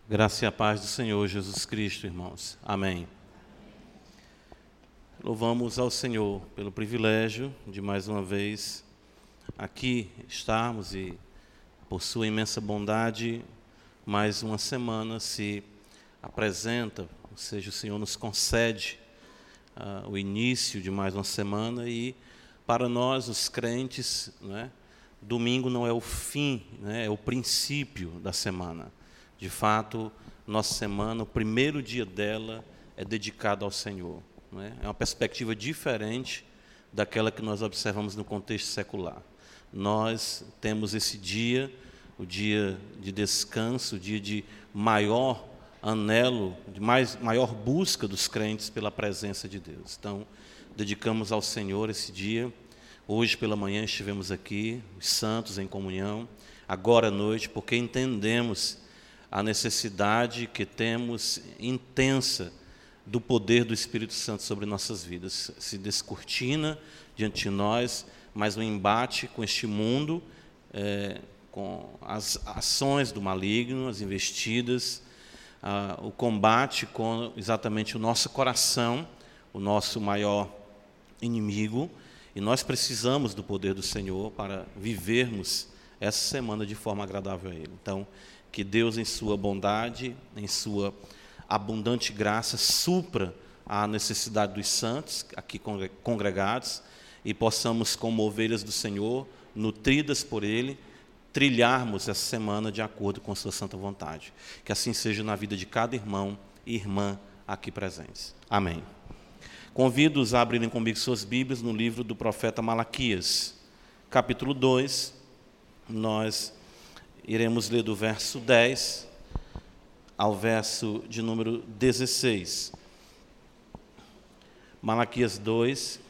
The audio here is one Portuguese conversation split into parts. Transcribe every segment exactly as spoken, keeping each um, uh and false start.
Graça e a paz do Senhor Jesus Cristo, irmãos. Amém. Louvamos ao Senhor pelo privilégio de mais uma vez aqui estarmos e, por sua imensa bondade, mais uma semana se apresenta, ou seja, o Senhor nos concede uh, o início de mais uma semana e, para nós, os crentes, né, domingo não é o fim, né, é o princípio da semana. De fato, nossa semana, o primeiro dia dela é dedicado ao Senhor. Não é? É uma perspectiva diferente daquela que nós observamos no contexto secular. Nós temos esse dia, o dia de descanso, o dia de maior anelo, de mais, maior busca dos crentes pela presença de Deus. Então, dedicamos ao Senhor esse dia. Hoje pela manhã estivemos aqui, os santos em comunhão, agora à noite, porque entendemos a necessidade que temos intensa do poder do Espírito Santo sobre nossas vidas. Se descortina diante de nós, mas o embate com este mundo, é, com as ações do maligno, as investidas, ah, o combate com exatamente o nosso coração, o nosso maior inimigo, e nós precisamos do poder do Senhor para vivermos essa semana de forma agradável a Ele. Então, que Deus, em sua bondade, em sua abundante graça, supra a necessidade dos santos aqui congregados e possamos, como ovelhas do Senhor, nutridas por Ele, trilharmos essa semana de acordo com a sua santa vontade. Que assim seja na vida de cada irmão e irmã aqui presentes. Amém. Convido-os a abrirem comigo suas Bíblias no livro do profeta Malaquias, capítulo dois. Nós iremos ler do verso dez ao verso de número dezesseis. Malaquias dois,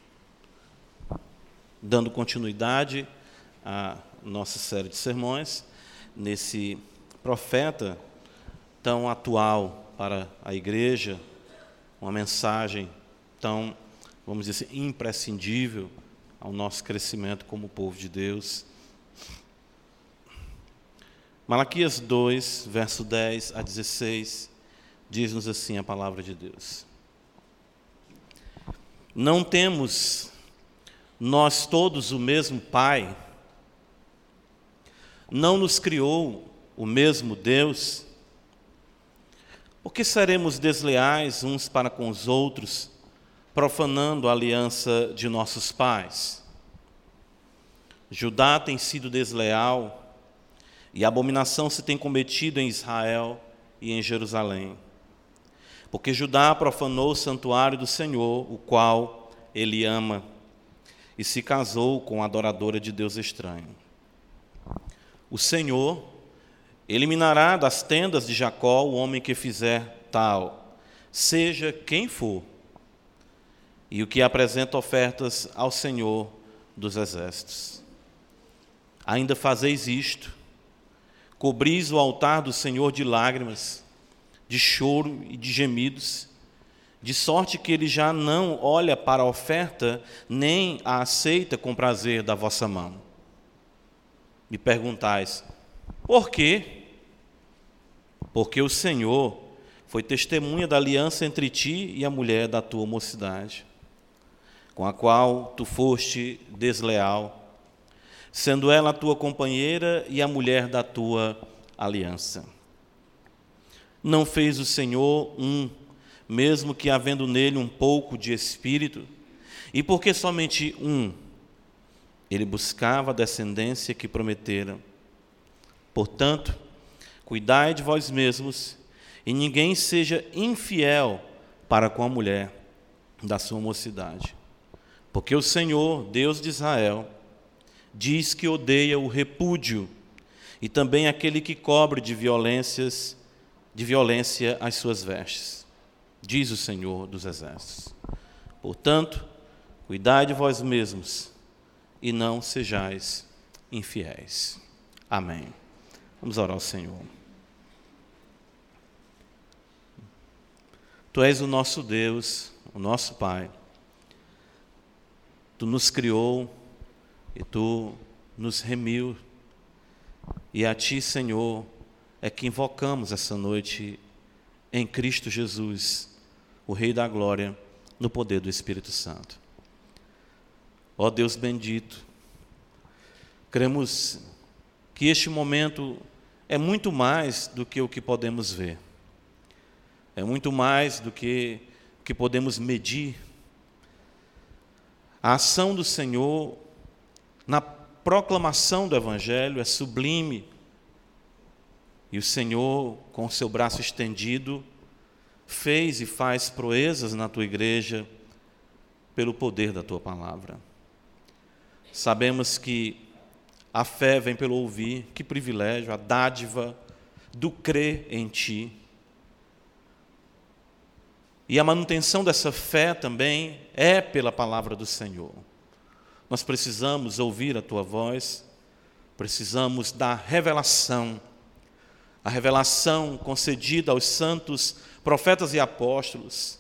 dando continuidade à nossa série de sermões, nesse profeta tão atual para a igreja, uma mensagem tão, vamos dizer assim, imprescindível ao nosso crescimento como povo de Deus. Malaquias dois, verso dez a dezesseis, diz-nos assim a palavra de Deus. Não temos nós todos o mesmo Pai? Não nos criou o mesmo Deus? Por que seremos desleais uns para com os outros, profanando a aliança de nossos pais? Judá tem sido desleal, e a abominação se tem cometido em Israel e em Jerusalém. Porque Judá profanou o santuário do Senhor, o qual ele ama, e se casou com a adoradora de Deus estranho. O Senhor eliminará das tendas de Jacó o homem que fizer tal, seja quem for, e o que apresenta ofertas ao Senhor dos exércitos. Ainda fazeis isto: cobris o altar do Senhor de lágrimas, de choro e de gemidos, de sorte que ele já não olha para a oferta, nem a aceita com prazer da vossa mão. Me perguntais, por quê? Porque o Senhor foi testemunha da aliança entre ti e a mulher da tua mocidade, com a qual tu foste desleal, sendo ela a tua companheira e a mulher da tua aliança. Não fez o Senhor um, mesmo que havendo nele um pouco de espírito, e porque somente um, ele buscava a descendência que prometera. Portanto, cuidai de vós mesmos, e ninguém seja infiel para com a mulher da sua mocidade. Porque o Senhor, Deus de Israel, diz que odeia o repúdio e também aquele que cobre de violências, de violência as suas vestes, diz o Senhor dos exércitos. Portanto, cuidai de vós mesmos e não sejais infiéis. Amém. Vamos orar ao Senhor. Tu és o nosso Deus, o nosso Pai. Tu nos criou e Tu nos remiu, e a Ti, Senhor, é que invocamos essa noite em Cristo Jesus, o Rei da Glória, no poder do Espírito Santo. Ó Deus bendito, cremos que este momento é muito mais do que o que podemos ver, é muito mais do que o que podemos medir. A ação do Senhor na proclamação do Evangelho é sublime, e o Senhor, com o seu braço estendido, fez e faz proezas na tua igreja pelo poder da tua palavra. Sabemos que a fé vem pelo ouvir, que privilégio, a dádiva do crer em ti. E a manutenção dessa fé também é pela palavra do Senhor. Nós precisamos ouvir a tua voz, precisamos da revelação, a revelação concedida aos santos profetas e apóstolos,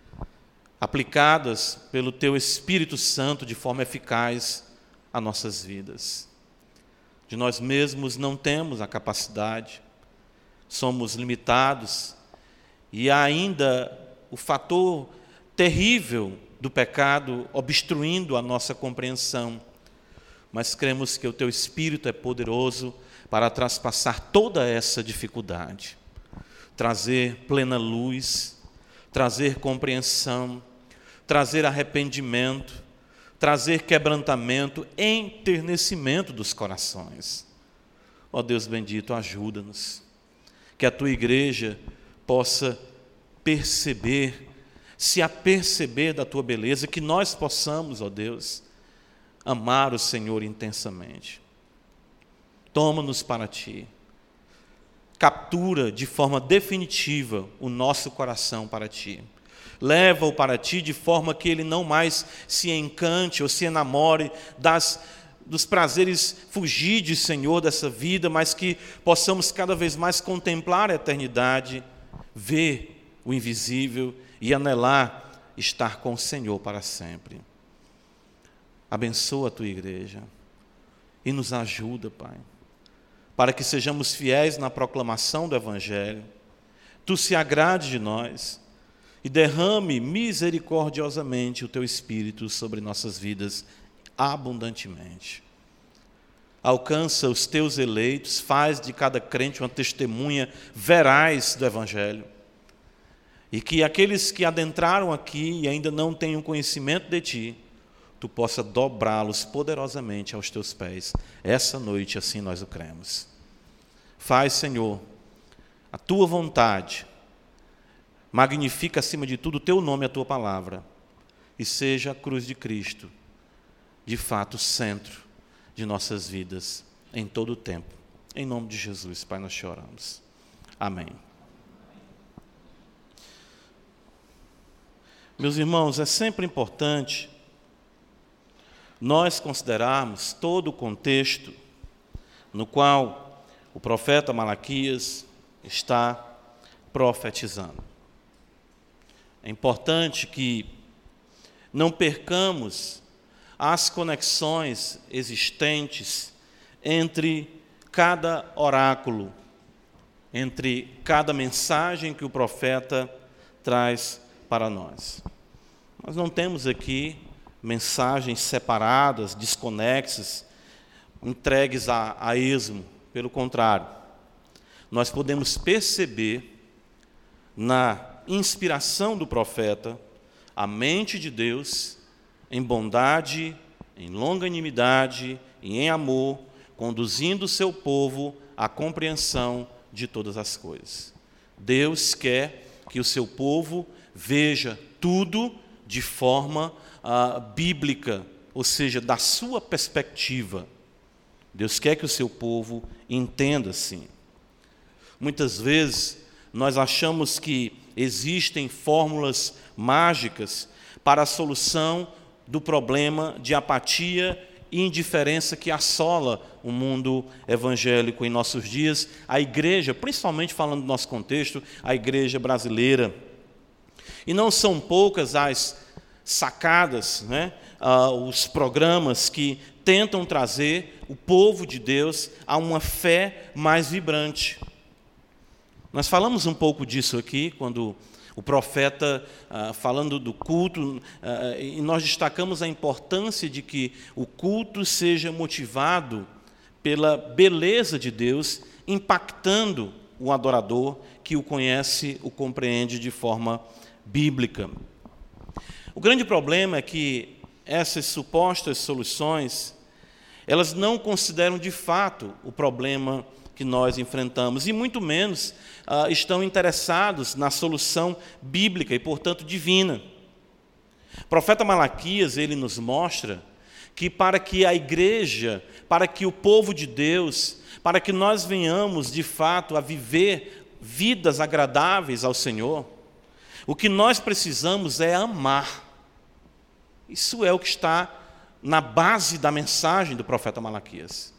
aplicadas pelo teu Espírito Santo de forma eficaz a nossas vidas. De nós mesmos não temos a capacidade, somos limitados, e há ainda o fator terrível do pecado obstruindo a nossa compreensão, mas cremos que o teu Espírito é poderoso para traspassar toda essa dificuldade, trazer plena luz, trazer compreensão, trazer arrependimento, trazer quebrantamento, enternecimento dos corações. Ó Deus bendito, ajuda-nos, que a tua igreja possa perceber, se aperceber da tua beleza, que nós possamos, ó Deus, amar o Senhor intensamente. Toma-nos para ti, captura de forma definitiva o nosso coração para ti, leva-o para ti de forma que ele não mais se encante ou se enamore das, dos prazeres fugidos, Senhor, dessa vida, mas que possamos cada vez mais contemplar a eternidade, ver o invisível e anelar estar com o Senhor para sempre. Abençoa a tua igreja e nos ajuda, Pai, para que sejamos fiéis na proclamação do Evangelho, tu se agrade de nós e derrame misericordiosamente o teu Espírito sobre nossas vidas abundantemente. Alcança os teus eleitos, faz de cada crente uma testemunha veraz do Evangelho, e que aqueles que adentraram aqui e ainda não têm um conhecimento de ti, tu possa dobrá-los poderosamente aos teus pés. Essa noite, assim nós o cremos. Faz, Senhor, a tua vontade, magnifica acima de tudo o teu nome e a tua palavra, e seja a cruz de Cristo, de fato, o centro de nossas vidas, em todo o tempo. Em nome de Jesus, Pai, nós choramos. Amém. Meus irmãos, é sempre importante nós considerarmos todo o contexto no qual o profeta Malaquias está profetizando. É importante que não percamos as conexões existentes entre cada oráculo, entre cada mensagem que o profeta traz para nós. Nós não temos aqui mensagens separadas, desconexas, entregues a, a esmo. Pelo contrário, nós podemos perceber na inspiração do profeta a mente de Deus em bondade, em longanimidade e em amor, conduzindo o seu povo à compreensão de todas as coisas. Deus quer que o seu povo veja tudo de forma ah, bíblica, ou seja, da sua perspectiva. Deus quer que o seu povo entenda assim. Muitas vezes nós achamos que existem fórmulas mágicas para a solução do problema de apatia e indiferença que assola o mundo evangélico em nossos dias, a igreja, principalmente falando do nosso contexto, a igreja brasileira. E não são poucas as sacadas, né, uh, os programas que tentam trazer o povo de Deus a uma fé mais vibrante. Nós falamos um pouco disso aqui, quando o profeta, ah, falando do culto, ah, e nós destacamos a importância de que o culto seja motivado pela beleza de Deus, impactando o adorador que o conhece, o compreende de forma bíblica. O grande problema é que essas supostas soluções, elas não consideram de fato o problema que nós enfrentamos, e muito menos ah, estão interessados na solução bíblica e, portanto, divina. O profeta Malaquias, ele nos mostra que para que a igreja, para que o povo de Deus, para que nós venhamos, de fato, a viver vidas agradáveis ao Senhor, o que nós precisamos é amar. Isso é o que está na base da mensagem do profeta Malaquias.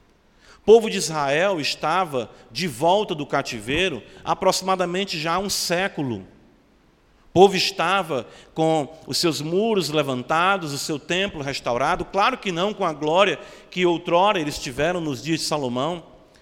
O povo de Israel estava de volta do cativeiro há aproximadamente já um século. O povo estava com os seus muros levantados, o seu templo restaurado, claro que não com a glória que outrora eles tiveram nos dias de Salomão,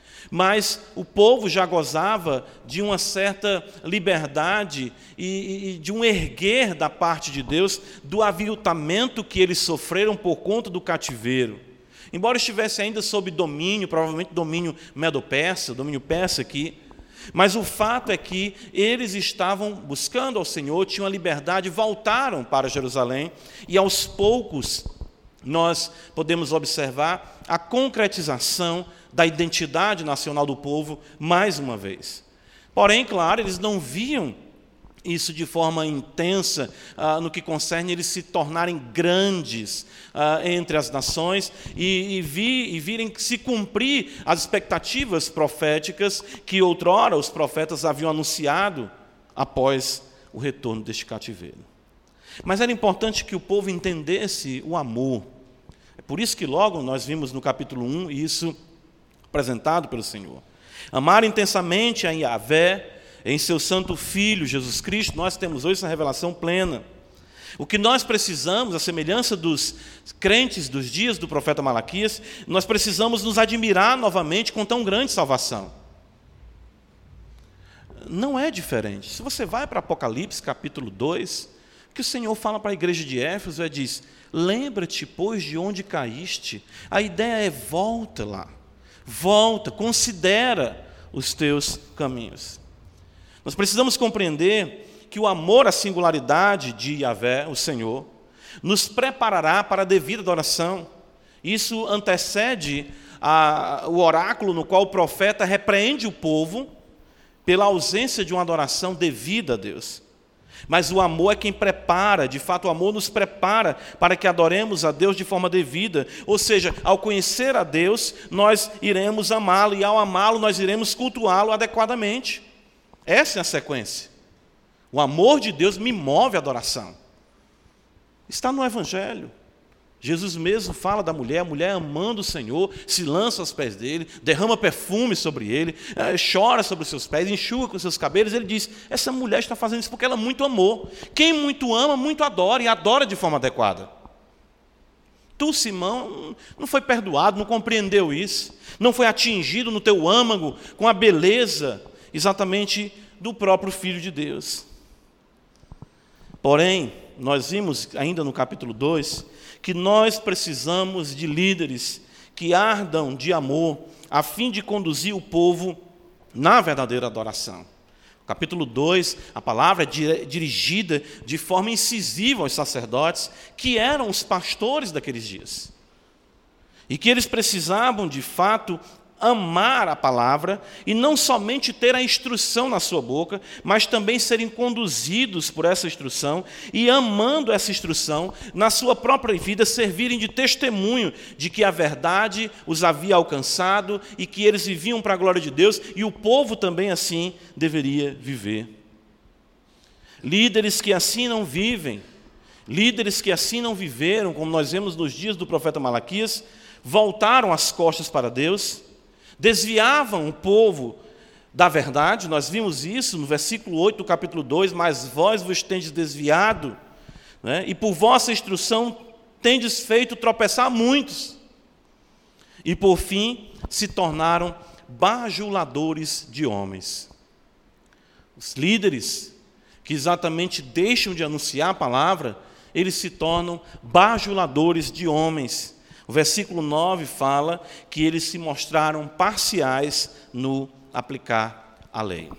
mas o povo já gozava de uma certa liberdade e, e de um erguer da parte de Deus do aviltamento que eles sofreram por conta do cativeiro. Embora estivesse ainda sob domínio, provavelmente domínio medo-persa, domínio persa aqui, mas o fato é que eles estavam buscando ao Senhor, tinham a liberdade, voltaram para Jerusalém, e aos poucos nós podemos observar a concretização da identidade nacional do povo mais uma vez. Porém, claro, eles não viam isso de forma intensa, ah, no que concerne eles se tornarem grandes ah, entre as nações e, e, vi, e virem se cumprir as expectativas proféticas que outrora os profetas haviam anunciado após o retorno deste cativeiro. Mas era importante que o povo entendesse o amor. É por isso que logo nós vimos no capítulo um isso apresentado pelo Senhor. Amar intensamente a Yahvé, em seu santo Filho, Jesus Cristo, nós temos hoje essa revelação plena. O que nós precisamos, a semelhança dos crentes dos dias do profeta Malaquias, nós precisamos nos admirar novamente com tão grande salvação. Não é diferente. Se você vai para Apocalipse, capítulo dois, o que o Senhor fala para a igreja de Éfeso é diz, lembra-te, pois, de onde caíste. A ideia é volta lá, volta, considera os teus caminhos. Nós precisamos compreender que o amor à singularidade de Yahvé, o Senhor, nos preparará para a devida adoração. Isso antecede a, o oráculo no qual o profeta repreende o povo pela ausência de uma adoração devida a Deus. Mas o amor é quem prepara, de fato o amor nos prepara para que adoremos a Deus de forma devida. Ou seja, ao conhecer a Deus, nós iremos amá-lo, e ao amá-lo nós iremos cultuá-lo adequadamente. Essa é a sequência. O amor de Deus me move à adoração. Está no Evangelho. Jesus mesmo fala da mulher, a mulher amando o Senhor, se lança aos pés dele, derrama perfume sobre ele, chora sobre os seus pés, enxuga com os seus cabelos. Ele diz, essa mulher está fazendo isso porque ela muito amou. Quem muito ama, muito adora, e adora de forma adequada. Tu, Simão, não foi perdoado, não compreendeu isso, não foi atingido no teu âmago com a beleza exatamente do próprio Filho de Deus. Porém, nós vimos ainda no capítulo dois, que nós precisamos de líderes que ardam de amor, a fim de conduzir o povo na verdadeira adoração. No capítulo dois, a palavra é dirigida de forma incisiva aos sacerdotes, que eram os pastores daqueles dias. E que eles precisavam, de fato, amar a palavra, e não somente ter a instrução na sua boca, mas também serem conduzidos por essa instrução, e amando essa instrução, na sua própria vida, servirem de testemunho de que a verdade os havia alcançado, e que eles viviam para a glória de Deus, e o povo também assim deveria viver. Líderes que assim não vivem, líderes que assim não viveram, como nós vemos nos dias do profeta Malaquias, voltaram as costas para Deus, desviavam o povo da verdade. Nós vimos isso no versículo oito do capítulo dois, mas vós vos tendes desviado, né? E por vossa instrução tendes feito tropeçar muitos. E por fim se tornaram bajuladores de homens. Os líderes que exatamente deixam de anunciar a palavra, eles se tornam bajuladores de homens. O versículo nove fala que eles se mostraram parciais no aplicar a lei.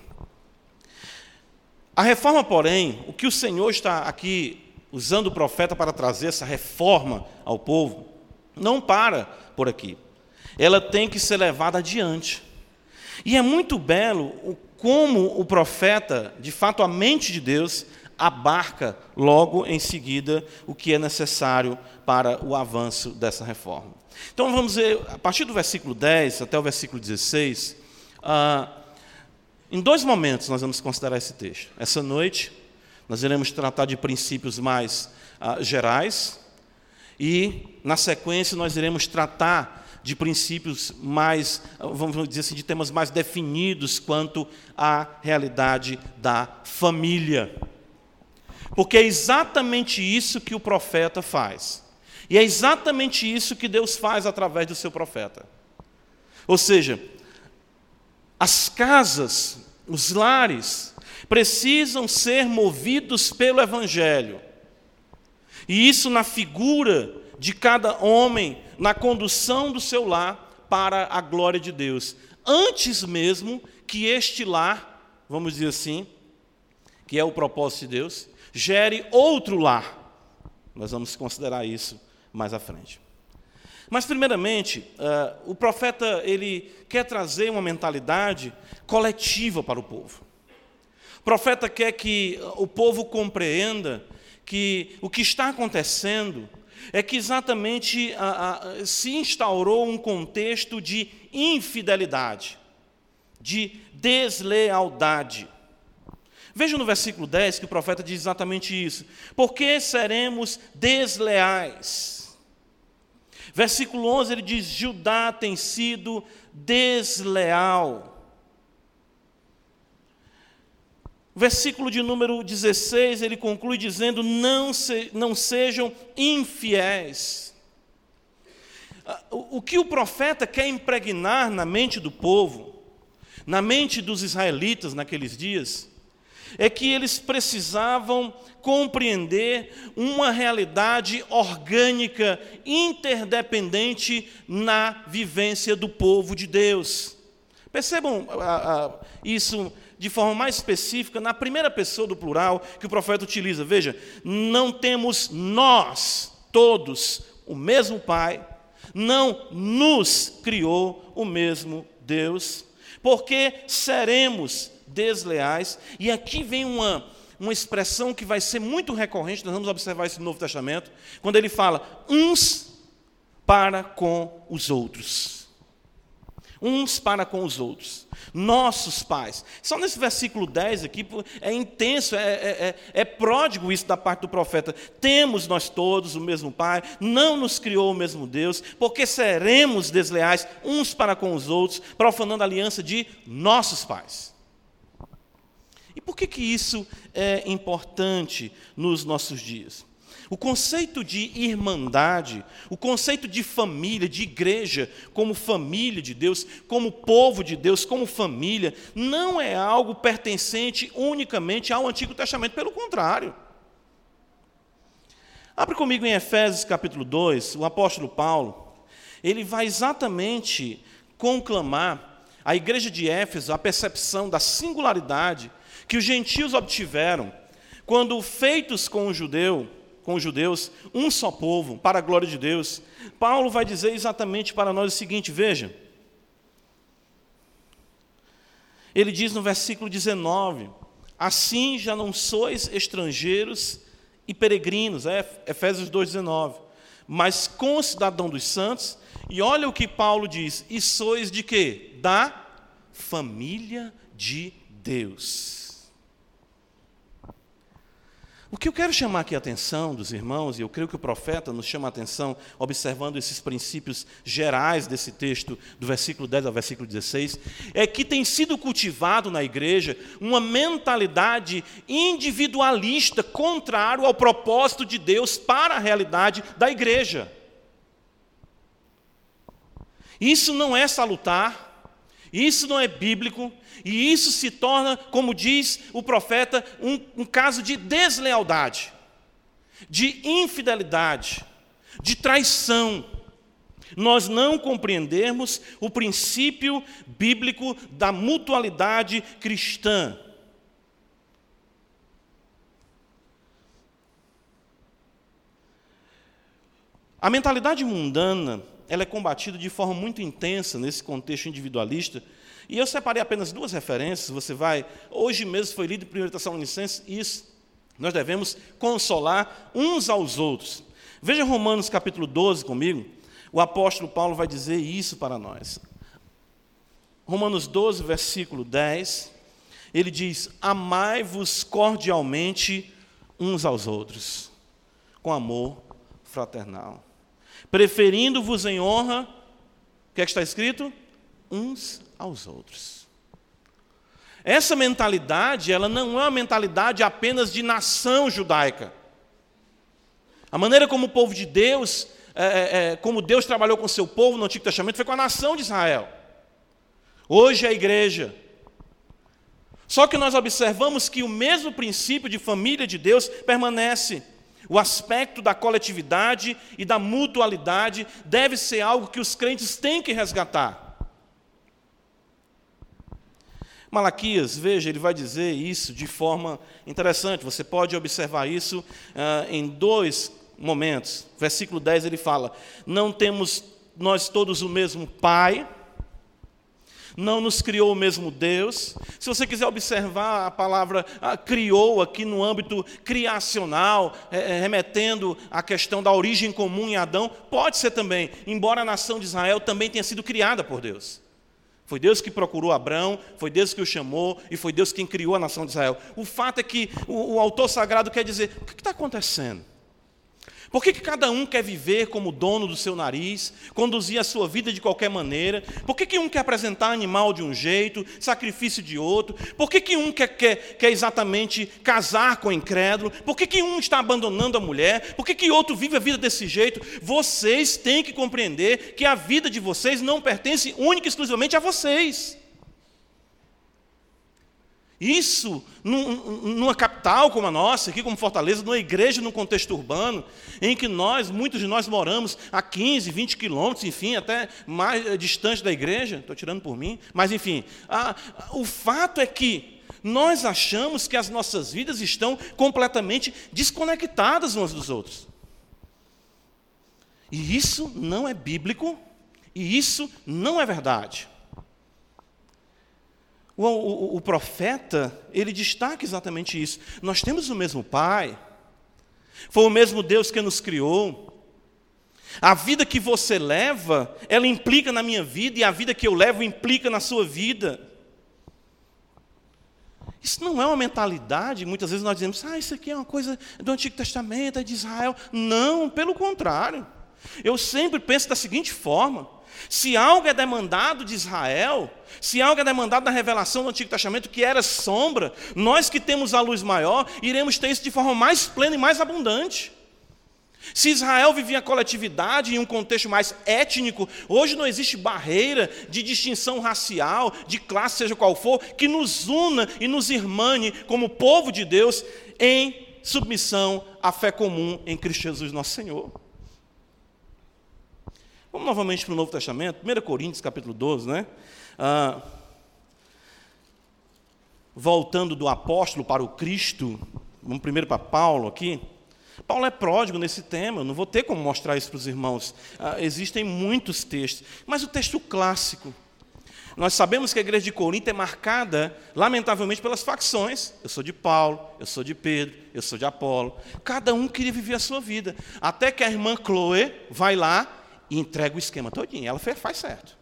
A reforma, porém, o que o Senhor está aqui usando o profeta para trazer essa reforma ao povo, não para por aqui. Ela tem que ser levada adiante. E é muito belo o como o profeta, de fato a mente de Deus, abarca logo em seguida o que é necessário para o avanço dessa reforma. Então vamos ver, a partir do versículo dez até o versículo dezesseis, ah, em dois momentos nós vamos considerar esse texto. Essa noite nós iremos tratar de princípios mais ah, gerais e, na sequência, nós iremos tratar de princípios mais, vamos dizer assim, de temas mais definidos quanto à realidade da família. Porque é exatamente isso que o profeta faz. E é exatamente isso que Deus faz através do seu profeta. Ou seja, as casas, os lares, precisam ser movidos pelo Evangelho. E isso na figura de cada homem, na condução do seu lar para a glória de Deus. Antes mesmo que este lar, vamos dizer assim, que é o propósito de Deus, gere outro lar. Nós vamos considerar isso mais à frente. Mas, primeiramente, uh, o profeta ele quer trazer uma mentalidade coletiva para o povo. O profeta quer que o povo compreenda que o que está acontecendo é que exatamente a, a, se instaurou um contexto de infidelidade, de deslealdade. Veja no versículo dez que o profeta diz exatamente isso. Por que seremos desleais? Versículo onze ele diz, Judá tem sido desleal. Versículo de número dezesseis, ele conclui dizendo, não, se, não sejam infiéis. O, o que o profeta quer impregnar na mente do povo, na mente dos israelitas naqueles dias, é que eles precisavam compreender uma realidade orgânica, interdependente na vivência do povo de Deus. Percebam a, a, isso de forma mais específica, na primeira pessoa do plural que o profeta utiliza. Veja, não temos nós, todos, o mesmo Pai, não nos criou o mesmo Deus, porque seremos desleais. E aqui vem uma, uma expressão que vai ser muito recorrente, nós vamos observar isso no Novo Testamento, quando ele fala, uns para com os outros. Uns para com os outros. Nossos pais. Só nesse versículo dez aqui, é intenso, é, é, é pródigo isso da parte do profeta. Temos nós todos o mesmo Pai, não nos criou o mesmo Deus, porque seremos desleais uns para com os outros, profanando a aliança de nossos pais. E por que, que isso é importante nos nossos dias? O conceito de irmandade, o conceito de família, de igreja, como família de Deus, como povo de Deus, como família, não é algo pertencente unicamente ao Antigo Testamento, pelo contrário. Abre comigo em Efésios capítulo dois, o apóstolo Paulo, ele vai exatamente conclamar a igreja de Éfeso a percepção da singularidade que os gentios obtiveram quando feitos com o judeu, com os judeus, um só povo, para a glória de Deus. Paulo vai dizer exatamente para nós o seguinte, veja. Ele diz no versículo dezenove, assim já não sois estrangeiros e peregrinos, é Efésios dois, dezenove, mas concidadão dos santos, e olha o que Paulo diz, e sois de quê? Da família de Deus. O que eu quero chamar aqui a atenção dos irmãos, e eu creio que o profeta nos chama a atenção, observando esses princípios gerais desse texto, do versículo dez ao versículo dezesseis, é que tem sido cultivado na igreja uma mentalidade individualista, contrário ao propósito de Deus para a realidade da igreja. Isso não é salutar, Isso não é bíblico, e isso se torna, como diz o profeta, um, um caso de deslealdade, de infidelidade, de traição. Nós não compreendermos o princípio bíblico da mutualidade cristã. A mentalidade mundana, ela é combatida de forma muito intensa nesse contexto individualista. E eu separei apenas duas referências. Você vai, hoje mesmo foi lido em primeira Tessalonicenses, isso. Nós devemos consolar uns aos outros. Veja Romanos capítulo doze comigo. O apóstolo Paulo vai dizer isso para nós. Romanos doze, versículo dez. Ele diz: amai-vos cordialmente uns aos outros, com amor fraternal, preferindo-vos em honra, o que é que está escrito? Uns aos outros. Essa mentalidade, ela não é uma mentalidade apenas de nação judaica. A maneira como o povo de Deus, é, é, como Deus trabalhou com o seu povo no Antigo Testamento, foi com a nação de Israel. Hoje é a igreja. Só que nós observamos que o mesmo princípio de família de Deus permanece. O aspecto da coletividade e da mutualidade deve ser algo que os crentes têm que resgatar. Malaquias, veja, ele vai dizer isso de forma interessante. Você pode observar isso uh, em dois momentos. Versículo dez, ele fala: não temos nós todos o mesmo Pai? Não nos criou o mesmo Deus? Se você quiser observar a palavra ah, criou aqui no âmbito criacional, é, remetendo à questão da origem comum em Adão, pode ser também, embora a nação de Israel também tenha sido criada por Deus. Foi Deus que procurou Abrão, foi Deus que o chamou e foi Deus quem criou a nação de Israel. O fato é que o, o autor sagrado quer dizer: o que está acontecendo? Por que, que cada um quer viver como dono do seu nariz, conduzir a sua vida de qualquer maneira? Por que, que um quer apresentar animal de um jeito, sacrifício de outro? Por que, que um quer, quer, quer exatamente casar com o incrédulo? Por que, que um está abandonando a mulher? Por que, que outro vive a vida desse jeito? Vocês têm que compreender que a vida de vocês não pertence única e exclusivamente a vocês. Isso, numa capital como a nossa, aqui como Fortaleza, numa igreja, num contexto urbano, em que nós, muitos de nós moramos a quinze, vinte quilômetros, enfim, até mais distante da igreja, estou tirando por mim, mas enfim, a, o fato é que nós achamos que as nossas vidas estão completamente desconectadas umas dos outros. E isso não é bíblico, e isso não é verdade. O, o, o profeta, ele destaca exatamente isso. Nós temos o mesmo Pai, foi o mesmo Deus que nos criou. A vida que você leva, ela implica na minha vida, e a vida que eu levo implica na sua vida. Isso não é uma mentalidade, muitas vezes nós dizemos: ah, isso aqui é uma coisa do Antigo Testamento, é de Israel. Não, pelo contrário. Eu sempre penso da seguinte forma: se algo é demandado de Israel, se algo é demandado da revelação do Antigo Testamento, que era sombra, nós que temos a luz maior, iremos ter isso de forma mais plena e mais abundante. Se Israel vivia a coletividade em um contexto mais étnico, hoje não existe barreira de distinção racial, de classe, seja qual for, que nos una e nos irmane como povo de Deus em submissão à fé comum em Cristo Jesus nosso Senhor. Vamos novamente para o Novo Testamento, primeira Coríntios, capítulo doze, né? Ah, voltando do apóstolo para o Cristo, vamos primeiro para Paulo aqui. Paulo é pródigo nesse tema, eu não vou ter como mostrar isso para os irmãos. Ah, existem muitos textos, mas o texto clássico. Nós sabemos que a igreja de Corinto é marcada, lamentavelmente, pelas facções. Eu sou de Paulo, eu sou de Pedro, eu sou de Apolo. Cada um queria viver a sua vida. Até que a irmã Chloe vai lá e entrega o esquema todinho. Ela faz certo.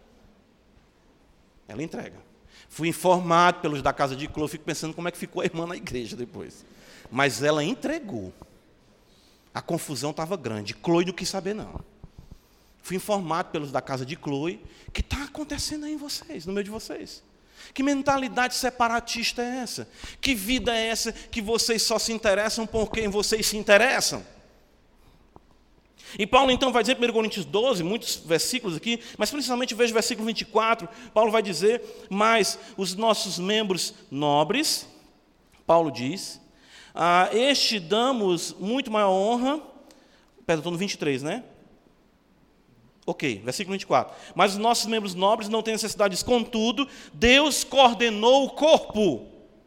Ela entrega. Fui informado pelos da casa de Chloe, fico pensando como é que ficou a irmã na igreja depois. Mas ela entregou. A confusão estava grande. Chloe não quis saber, não. Fui informado pelos da casa de Chloe que está acontecendo aí em vocês, no meio de vocês. Que mentalidade separatista é essa? Que vida é essa que vocês só se interessam por quem vocês se interessam? E Paulo então vai dizer, primeira Coríntios doze, muitos versículos aqui, mas principalmente veja o versículo vinte e quatro, Paulo vai dizer, mas os nossos membros nobres, Paulo diz, a este damos muito maior honra, perdão, estou no vinte e três, né? Ok, versículo vinte e quatro. Mas os nossos membros nobres não têm necessidade disso, contudo, Deus coordenou o corpo.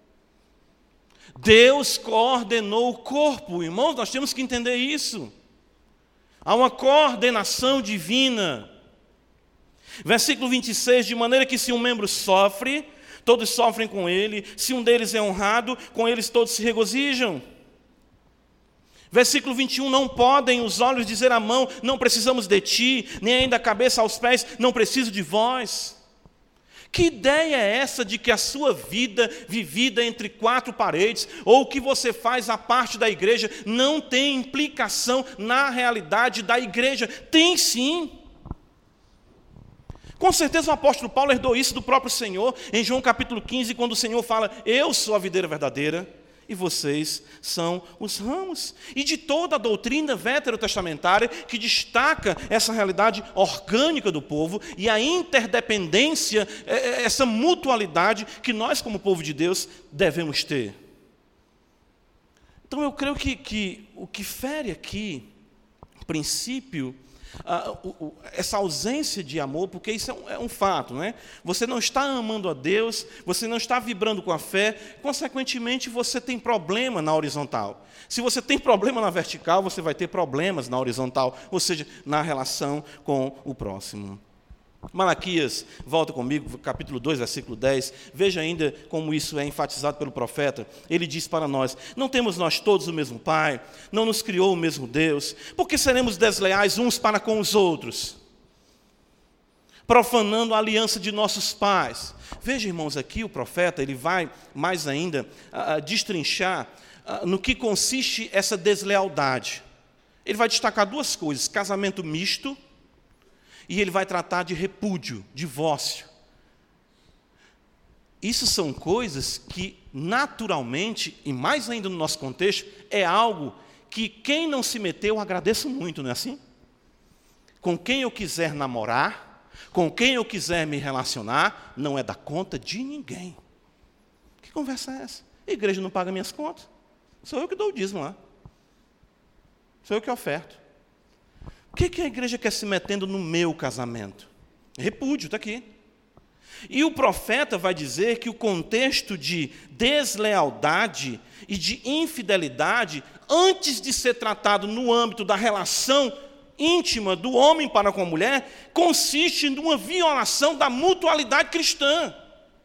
Deus coordenou o corpo. Irmãos, nós temos que entender isso. Há uma coordenação divina. Versículo vinte e seis, de maneira que se um membro sofre, todos sofrem com ele, se um deles é honrado, com eles todos se regozijam. Versículo vinte e um, não podem os olhos dizer à mão, não precisamos de ti, nem ainda a cabeça aos pés, não preciso de vós. Que ideia é essa de que a sua vida vivida entre quatro paredes, ou o que você faz à parte da igreja, não tem implicação na realidade da igreja? Tem sim. Com certeza o apóstolo Paulo herdou isso do próprio Senhor, em João capítulo quinze, quando o Senhor fala, eu sou a videira verdadeira, e vocês são os ramos. E de toda a doutrina veterotestamentária que destaca essa realidade orgânica do povo e a interdependência, essa mutualidade que nós, como povo de Deus, devemos ter. Então eu creio que, que o que fere aqui, o princípio, Uh, uh, uh, essa ausência de amor, porque isso é um, é um fato, não é? Você não está amando a Deus, você não está vibrando com a fé, consequentemente você tem problema na horizontal. Se você tem problema na vertical, você vai ter problemas na horizontal, ou seja, na relação com o próximo. Malaquias, volta comigo, capítulo dois, versículo dez, veja ainda como isso é enfatizado pelo profeta. Ele diz para nós, não temos nós todos o mesmo Pai, não nos criou o mesmo Deus, por que seremos desleais uns para com os outros, profanando a aliança de nossos pais? Veja, irmãos, aqui o profeta, ele vai mais ainda uh, destrinchar uh, no que consiste essa deslealdade. Ele vai destacar duas coisas, casamento misto, e ele vai tratar de repúdio, divórcio. Isso são coisas que, naturalmente, e mais ainda no nosso contexto, é algo que quem não se meteu, agradeço muito, não é assim? Com quem eu quiser namorar, com quem eu quiser me relacionar, não é da conta de ninguém. Que conversa é essa? A igreja não paga minhas contas. Sou eu que dou o dízimo lá. Sou eu que oferto. O que, que a igreja quer se metendo no meu casamento? Repúdio, está aqui. E o profeta vai dizer que o contexto de deslealdade e de infidelidade, antes de ser tratado no âmbito da relação íntima do homem para com a mulher, consiste numa violação da mutualidade cristã.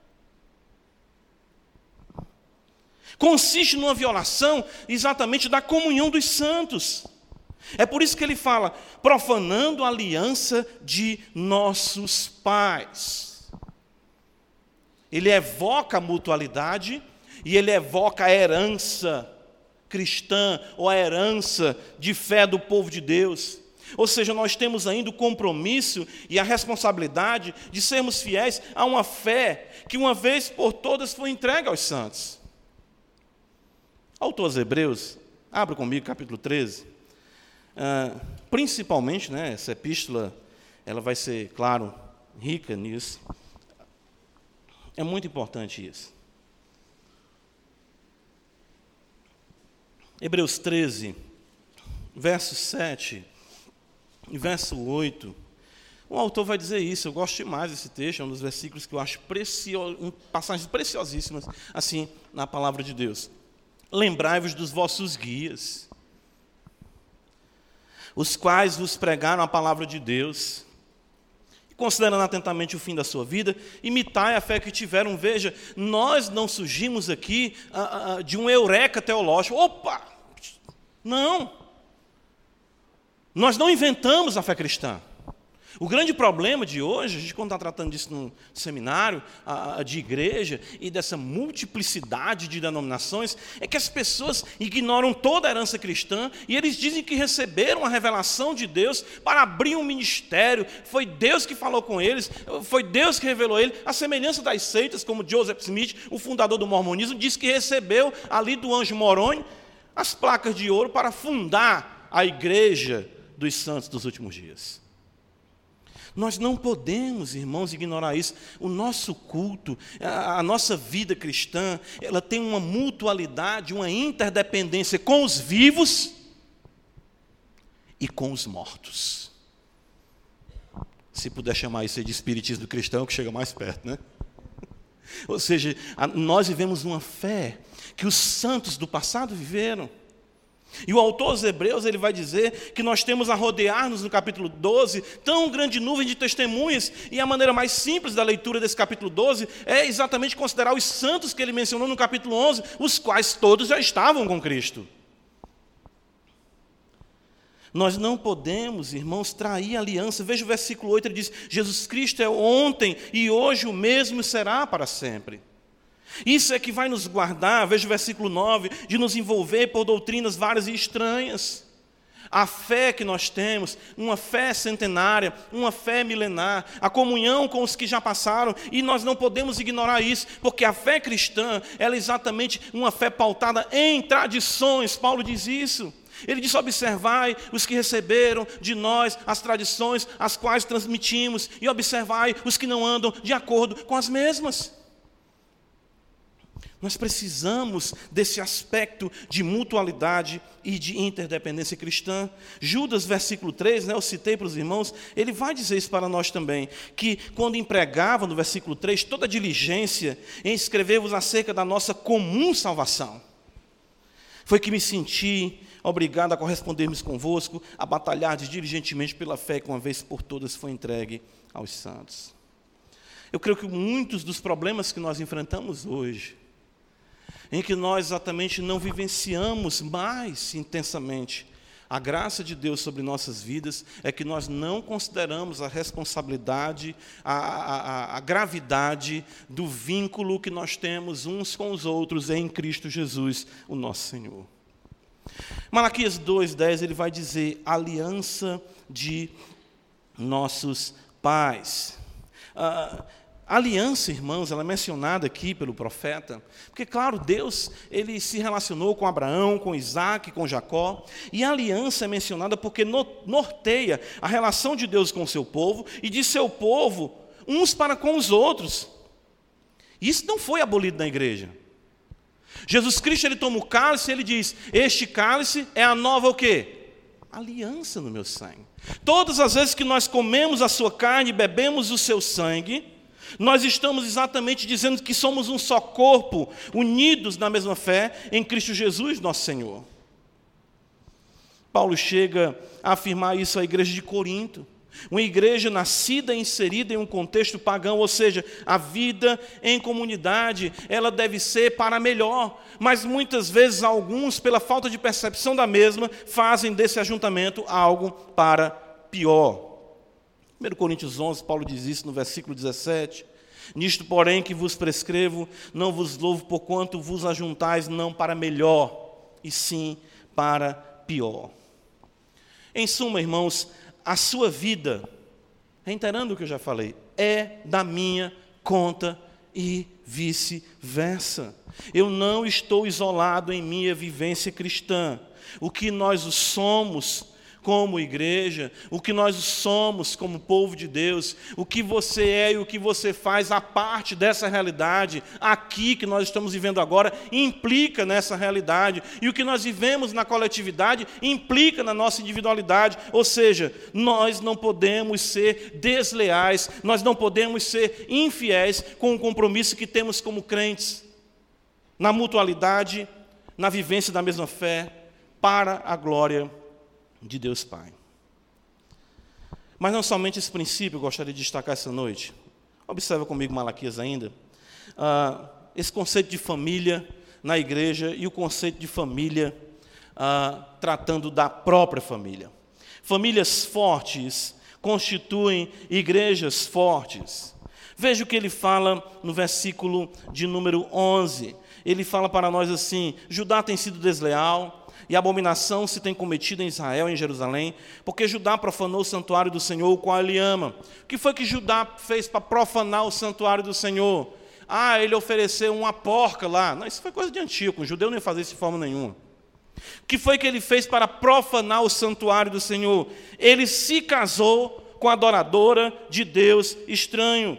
Consiste numa violação exatamente da comunhão dos santos. É por isso que ele fala, profanando a aliança de nossos pais. Ele evoca a mutualidade e ele evoca a herança cristã ou a herança de fé do povo de Deus. Ou seja, nós temos ainda o compromisso e a responsabilidade de sermos fiéis a uma fé que uma vez por todas foi entregue aos santos. Autor aos Hebreus, abra comigo capítulo treze. Uh, principalmente, né, essa epístola, ela vai ser, claro, rica nisso. É muito importante isso. Hebreus treze, verso sete e verso oito. O autor vai dizer isso, eu gosto demais desse texto, é um dos versículos que eu acho precioso, um, passagens preciosíssimas, assim, na palavra de Deus. Lembrai-vos dos vossos guias, os quais vos pregaram a palavra de Deus, considerando atentamente o fim da sua vida, imitai a fé que tiveram. Veja, nós não surgimos aqui ah, ah, de um eureka teológico. Opa! Não! Nós não inventamos a fé cristã. O grande problema de hoje, a gente quando está tratando disso no seminário a, de igreja e dessa multiplicidade de denominações, é que as pessoas ignoram toda a herança cristã e eles dizem que receberam a revelação de Deus para abrir um ministério. Foi Deus que falou com eles, foi Deus que revelou ele. A semelhança das seitas, como Joseph Smith, o fundador do mormonismo, diz que recebeu ali do anjo Moroni as placas de ouro para fundar a igreja dos santos dos últimos dias. Nós não podemos, irmãos, ignorar isso. O nosso culto, a, a nossa vida cristã, ela tem uma mutualidade, uma interdependência com os vivos e com os mortos. Se puder chamar isso de espiritismo cristão, que chega mais perto, né? Ou seja, a, nós vivemos uma fé que os santos do passado viveram. E o autor aos Hebreus, ele vai dizer que nós temos a rodear-nos no capítulo doze, tão grande nuvem de testemunhas, e a maneira mais simples da leitura desse capítulo doze é exatamente considerar os santos que ele mencionou no capítulo onze, os quais todos já estavam com Cristo. Nós não podemos, irmãos, trair a aliança. Veja o versículo oito, ele diz: Jesus Cristo é ontem e hoje o mesmo será para sempre. Isso é que vai nos guardar, veja o versículo nove, de nos envolver por doutrinas várias e estranhas. A fé que nós temos, uma fé centenária, uma fé milenar, a comunhão com os que já passaram, e nós não podemos ignorar isso, porque a fé cristã, ela é exatamente uma fé pautada em tradições. Paulo diz isso. Ele diz: observai os que receberam de nós as tradições as quais transmitimos, e observai os que não andam de acordo com as mesmas. Nós precisamos desse aspecto de mutualidade e de interdependência cristã. Judas, versículo três, né, eu citei para os irmãos, ele vai dizer isso para nós também, que quando empregava, no versículo três, toda diligência em escrever-vos acerca da nossa comum salvação, foi que me senti obrigado a correspondermos convosco, a batalhar diligentemente pela fé que uma vez por todas foi entregue aos santos. Eu creio que muitos dos problemas que nós enfrentamos hoje, em que nós exatamente não vivenciamos mais intensamente a graça de Deus sobre nossas vidas, é que nós não consideramos a responsabilidade, a, a, a gravidade do vínculo que nós temos uns com os outros em Cristo Jesus, o nosso Senhor. Malaquias dois, dez, ele vai dizer: aliança de nossos pais. Ah, A aliança, irmãos, ela é mencionada aqui pelo profeta, porque, claro, Deus, ele se relacionou com Abraão, com Isaac, com Jacó, e a aliança é mencionada porque norteia a relação de Deus com o seu povo e de seu povo uns para com os outros. Isso não foi abolido na igreja. Jesus Cristo, ele toma o cálice e ele diz: este cálice é a nova o quê? Aliança no meu sangue. Todas as vezes que nós comemos a sua carne e bebemos o seu sangue, nós estamos exatamente dizendo que somos um só corpo, unidos na mesma fé em Cristo Jesus, nosso Senhor. Paulo chega a afirmar isso à igreja de Corinto, uma igreja nascida e inserida em um contexto pagão, ou seja, a vida em comunidade, ela deve ser para melhor, mas muitas vezes alguns, pela falta de percepção da mesma, fazem desse ajuntamento algo para pior. primeira Coríntios onze, Paulo diz isso no versículo dezessete. Nisto, porém, que vos prescrevo, não vos louvo porquanto vos ajuntais não para melhor, e sim para pior. Em suma, irmãos, a sua vida, reiterando o que eu já falei, é da minha conta e vice-versa. Eu não estou isolado em minha vivência cristã. O que nós somos como igreja, o que nós somos como povo de Deus, o que você é e o que você faz, a parte dessa realidade, aqui que nós estamos vivendo agora, implica nessa realidade, e o que nós vivemos na coletividade, implica na nossa individualidade, ou seja, nós não podemos ser desleais, nós não podemos ser infiéis com o compromisso que temos como crentes, na mutualidade, na vivência da mesma fé, para a glória de Deus Pai. Mas não somente esse princípio eu gostaria de destacar essa noite. Observa comigo Malaquias ainda. Ah, esse conceito de família na igreja e o conceito de família ah, tratando da própria família. Famílias fortes constituem igrejas fortes. Veja o que ele fala no versículo de número onze. Ele fala para nós assim: Judá tem sido desleal, e abominação se tem cometido em Israel, em Jerusalém, porque Judá profanou o santuário do Senhor, o qual ele ama. O que foi que Judá fez para profanar o santuário do Senhor? Ah, ele ofereceu uma porca lá. Não, isso foi coisa de Antíoco, o judeu não ia fazer isso de forma nenhuma. O que foi que ele fez para profanar o santuário do Senhor? Ele se casou com a adoradora de Deus estranho.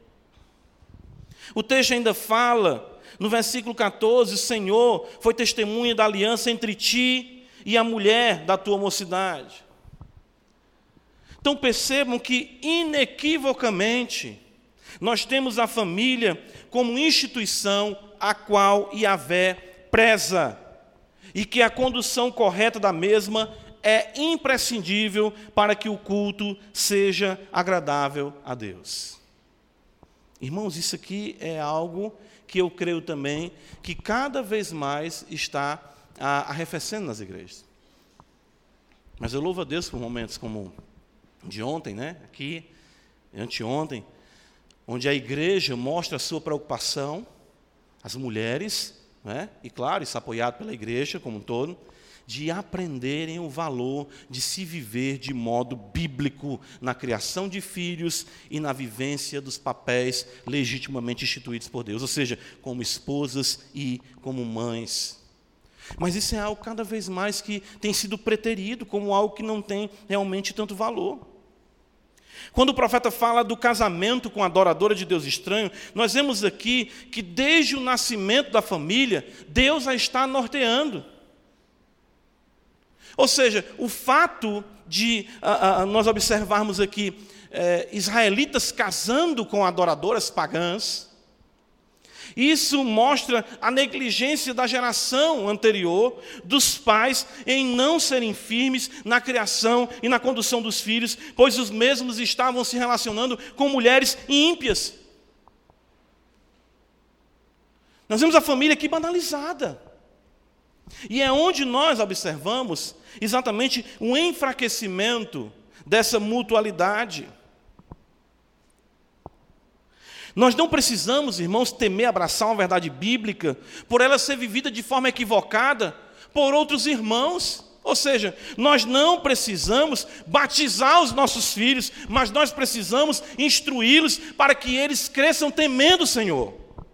O texto ainda fala, no versículo catorze, o Senhor foi testemunha da aliança entre ti e a mulher da tua mocidade. Então percebam que, inequivocamente, nós temos a família como instituição a qual Yahvé preza, e que a condução correta da mesma é imprescindível para que o culto seja agradável a Deus. Irmãos, isso aqui é algo que eu creio também que cada vez mais está arrefecendo nas igrejas. Mas eu louvo a Deus por momentos como de ontem, né? Aqui, anteontem, onde a igreja mostra a sua preocupação, as mulheres, né? E claro, isso apoiado pela igreja como um todo, de aprenderem o valor de se viver de modo bíblico na criação de filhos e na vivência dos papéis legitimamente instituídos por Deus, ou seja, como esposas e como mães. Mas isso é algo cada vez mais que tem sido preterido como algo que não tem realmente tanto valor. Quando o profeta fala do casamento com a adoradora de Deus estranho, nós vemos aqui que desde o nascimento da família, Deus a está norteando. Ou seja, o fato de a, a, nós observarmos aqui é, israelitas casando com adoradoras pagãs, isso mostra a negligência da geração anterior, dos pais, em não serem firmes na criação e na condução dos filhos, pois os mesmos estavam se relacionando com mulheres ímpias. Nós vemos a família aqui banalizada. E é onde nós observamos exatamente o enfraquecimento dessa mutualidade. Nós não precisamos, irmãos, temer abraçar uma verdade bíblica por ela ser vivida de forma equivocada por outros irmãos. Ou seja, nós não precisamos batizar os nossos filhos, mas nós precisamos instruí-los para que eles cresçam temendo o Senhor.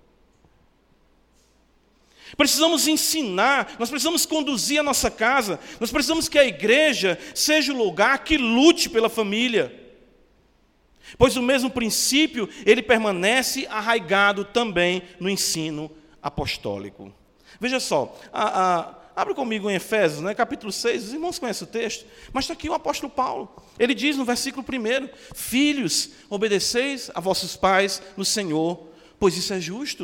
Precisamos ensinar, nós precisamos conduzir a nossa casa, nós precisamos que a igreja seja o lugar que lute pela família. Pois o mesmo princípio, ele permanece arraigado também no ensino apostólico. Veja só, a, a, abre comigo em Efésios, né, capítulo seis, os irmãos conhecem o texto, mas está aqui o apóstolo Paulo. Ele diz no versículo primeiro, filhos, obedeceis a vossos pais no Senhor, pois isso é justo.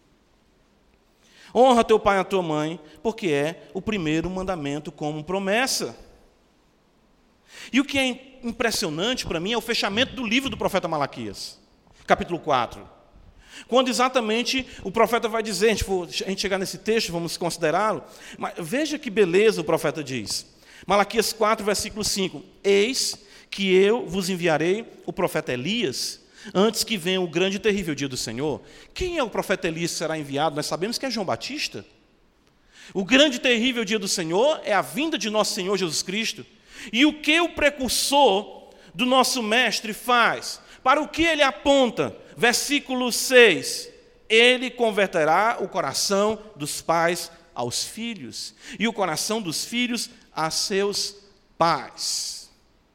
Honra teu pai e a tua mãe, porque é o primeiro mandamento como promessa. E o que é impressionante para mim é o fechamento do livro do profeta Malaquias, capítulo quatro. Quando exatamente o profeta vai dizer, a gente, for, a gente chegar nesse texto, vamos considerá-lo, mas veja que beleza o profeta diz. Malaquias quatro, versículo cinco. Eis que eu vos enviarei o profeta Elias, antes que venha o grande e terrível dia do Senhor. Quem é o profeta Elias que será enviado? Nós sabemos que é João Batista. O grande e terrível dia do Senhor é a vinda de nosso Senhor Jesus Cristo. E o que o precursor do nosso mestre faz? Para o que ele aponta? Versículo seis. Ele converterá o coração dos pais aos filhos, e o coração dos filhos a seus pais.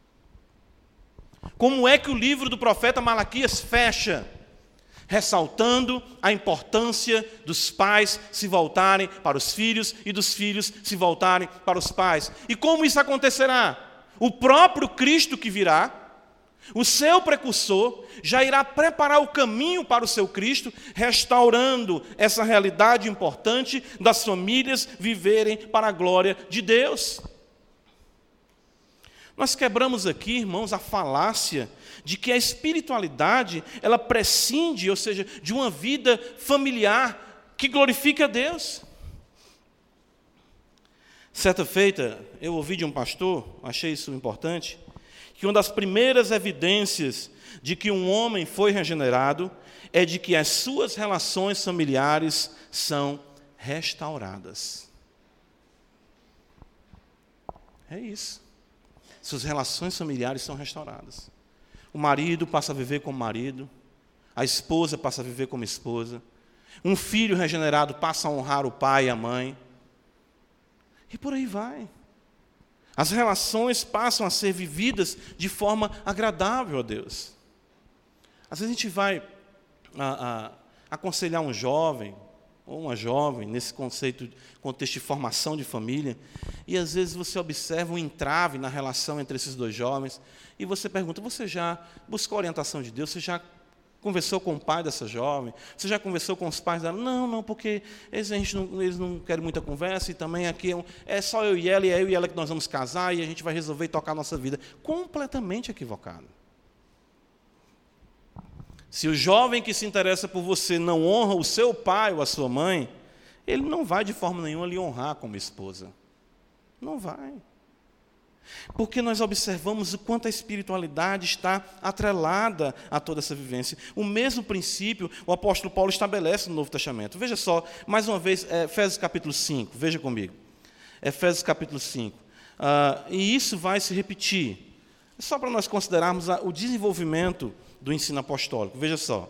Como é que o livro do profeta Malaquias fecha? Ressaltando a importância dos pais se voltarem para os filhos e dos filhos se voltarem para os pais. E como isso acontecerá? O próprio Cristo que virá, o seu precursor, já irá preparar o caminho para o seu Cristo, restaurando essa realidade importante das famílias viverem para a glória de Deus. Nós quebramos aqui, irmãos, a falácia de que a espiritualidade, ela prescinde, ou seja, de uma vida familiar que glorifica a Deus. Certa feita, eu ouvi de um pastor, achei isso importante, que uma das primeiras evidências de que um homem foi regenerado é de que as suas relações familiares são restauradas. É isso. Suas relações familiares são restauradas. O marido passa a viver como marido, a esposa passa a viver como esposa, um filho regenerado passa a honrar o pai e a mãe. E por aí vai. As relações passam a ser vividas de forma agradável a Deus. Às vezes a gente vai a, a, aconselhar um jovem, ou uma jovem, nesse conceito, contexto de formação de família, e às vezes você observa um entrave na relação entre esses dois jovens, e você pergunta, você já buscou a orientação de Deus? Você já conversou com o pai dessa jovem? Você já conversou com os pais dela? Não, não, porque eles, a gente não, eles não querem muita conversa, e também aqui é, um, é só eu e ela, e é eu e ela que nós vamos casar, e a gente vai resolver tocar a nossa vida. Completamente equivocado. Se o jovem que se interessa por você não honra o seu pai ou a sua mãe, ele não vai de forma nenhuma lhe honrar como esposa. Não vai. Porque nós observamos o quanto a espiritualidade está atrelada a toda essa vivência. O mesmo princípio o apóstolo Paulo estabelece no Novo Testamento. Veja só, mais uma vez, Efésios capítulo cinco, veja comigo. Efésios capítulo cinco. Ah, e isso vai se repetir. Só para nós considerarmos a, o desenvolvimento do ensino apostólico. Veja só.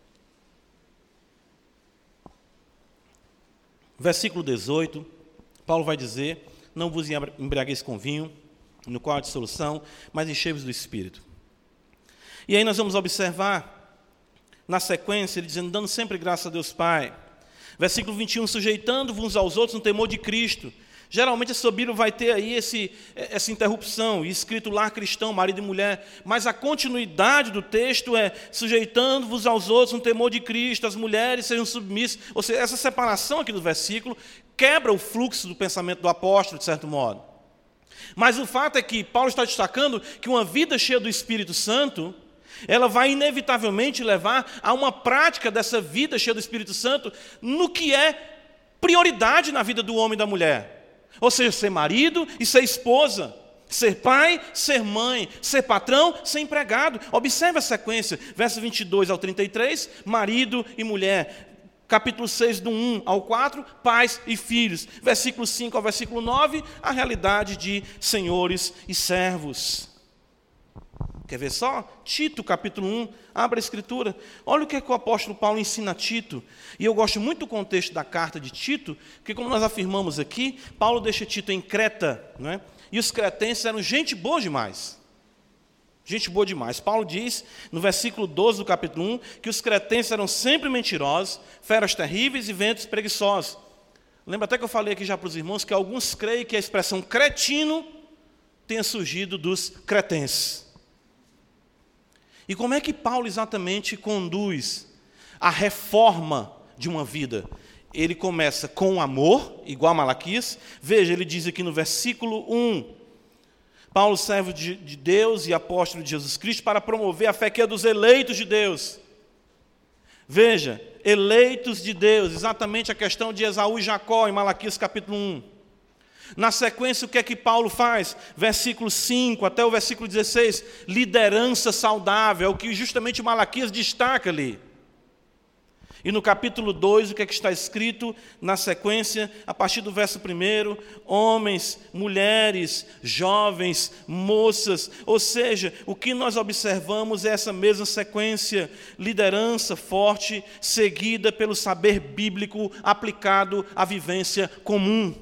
Versículo dezoito, Paulo vai dizer, não vos embriagueis com vinho, no qual há dissolução, mas enchei-vos do Espírito. E aí nós vamos observar, na sequência, ele dizendo, dando sempre graças a Deus Pai. Versículo vinte e um, sujeitando-vos uns aos outros no temor de Cristo. Geralmente a sua Bíblia vai ter aí esse, essa interrupção, escrito lar cristão, marido e mulher, mas a continuidade do texto é sujeitando-vos aos outros no temor de Cristo, as mulheres sejam submissas. Ou seja, essa separação aqui do versículo quebra o fluxo do pensamento do apóstolo, de certo modo. Mas o fato é que Paulo está destacando que uma vida cheia do Espírito Santo, ela vai inevitavelmente levar a uma prática dessa vida cheia do Espírito Santo no que é prioridade na vida do homem e da mulher. Ou seja, ser marido e ser esposa, ser pai, ser mãe, ser patrão, ser empregado. Observe a sequência, versos vinte e dois ao trinta e três, marido e mulher. Capítulo seis, do um ao quatro, pais e filhos. Versículo cinco ao versículo nove, a realidade de senhores e servos. Quer ver só? Tito, capítulo um, abre a Escritura. Olha o que, é que o apóstolo Paulo ensina a Tito. E eu gosto muito do contexto da carta de Tito, porque como nós afirmamos aqui, Paulo deixa Tito em Creta, não é? E os cretenses eram gente boa demais. Gente boa demais. Paulo diz, no versículo doze do capítulo um, que os cretenses eram sempre mentirosos, feras terríveis e ventos preguiçosos. Lembra até que eu falei aqui já para os irmãos que alguns creem que a expressão cretino tenha surgido dos cretenses. E como é que Paulo exatamente conduz a reforma de uma vida? Ele começa com amor, igual a Malaquias. Veja, ele diz aqui no versículo um, Paulo, servo de Deus e apóstolo de Jesus Cristo, para promover a fé que é dos eleitos de Deus. Veja, eleitos de Deus, exatamente a questão de Esaú e Jacó, em Malaquias capítulo um. Na sequência, o que é que Paulo faz? Versículo cinco até o versículo dezesseis, liderança saudável, é o que justamente Malaquias destaca ali. E no capítulo dois, o que é que está escrito na sequência, a partir do verso primeiro, homens, mulheres, jovens, moças, ou seja, o que nós observamos é essa mesma sequência, liderança forte, seguida pelo saber bíblico aplicado à vivência comum.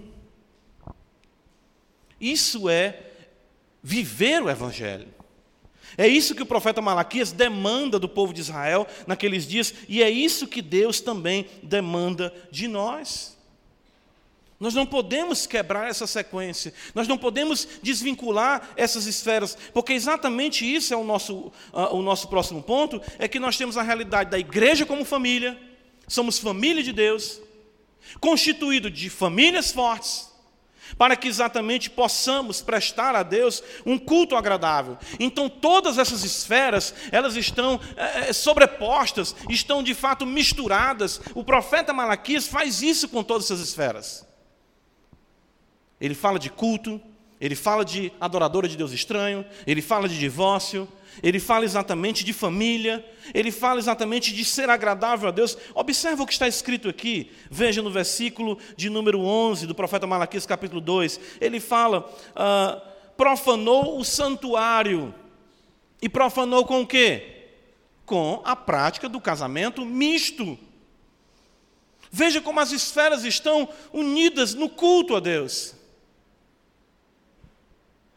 Isso é viver o Evangelho. É isso que o profeta Malaquias demanda do povo de Israel naqueles dias, e é isso que Deus também demanda de nós. Nós não podemos quebrar essa sequência, nós não podemos desvincular essas esferas, porque exatamente isso é o nosso, uh, o nosso próximo ponto, é que nós temos a realidade da igreja como família, somos família de Deus, constituído de famílias fortes, para que exatamente possamos prestar a Deus um culto agradável. Então todas essas esferas, elas estão é, sobrepostas, estão de fato misturadas. O profeta Malaquias faz isso com todas essas esferas. Ele fala de culto, ele fala de adoradora de Deus estranho, ele fala de divórcio, ele fala exatamente de família, ele fala exatamente de ser agradável a Deus. Observa o que está escrito aqui, veja no versículo de número onze do profeta Malaquias capítulo dois, ele fala, ah, profanou o santuário, e profanou com o quê? Com a prática do casamento misto. Veja como as esferas estão unidas no culto a Deus.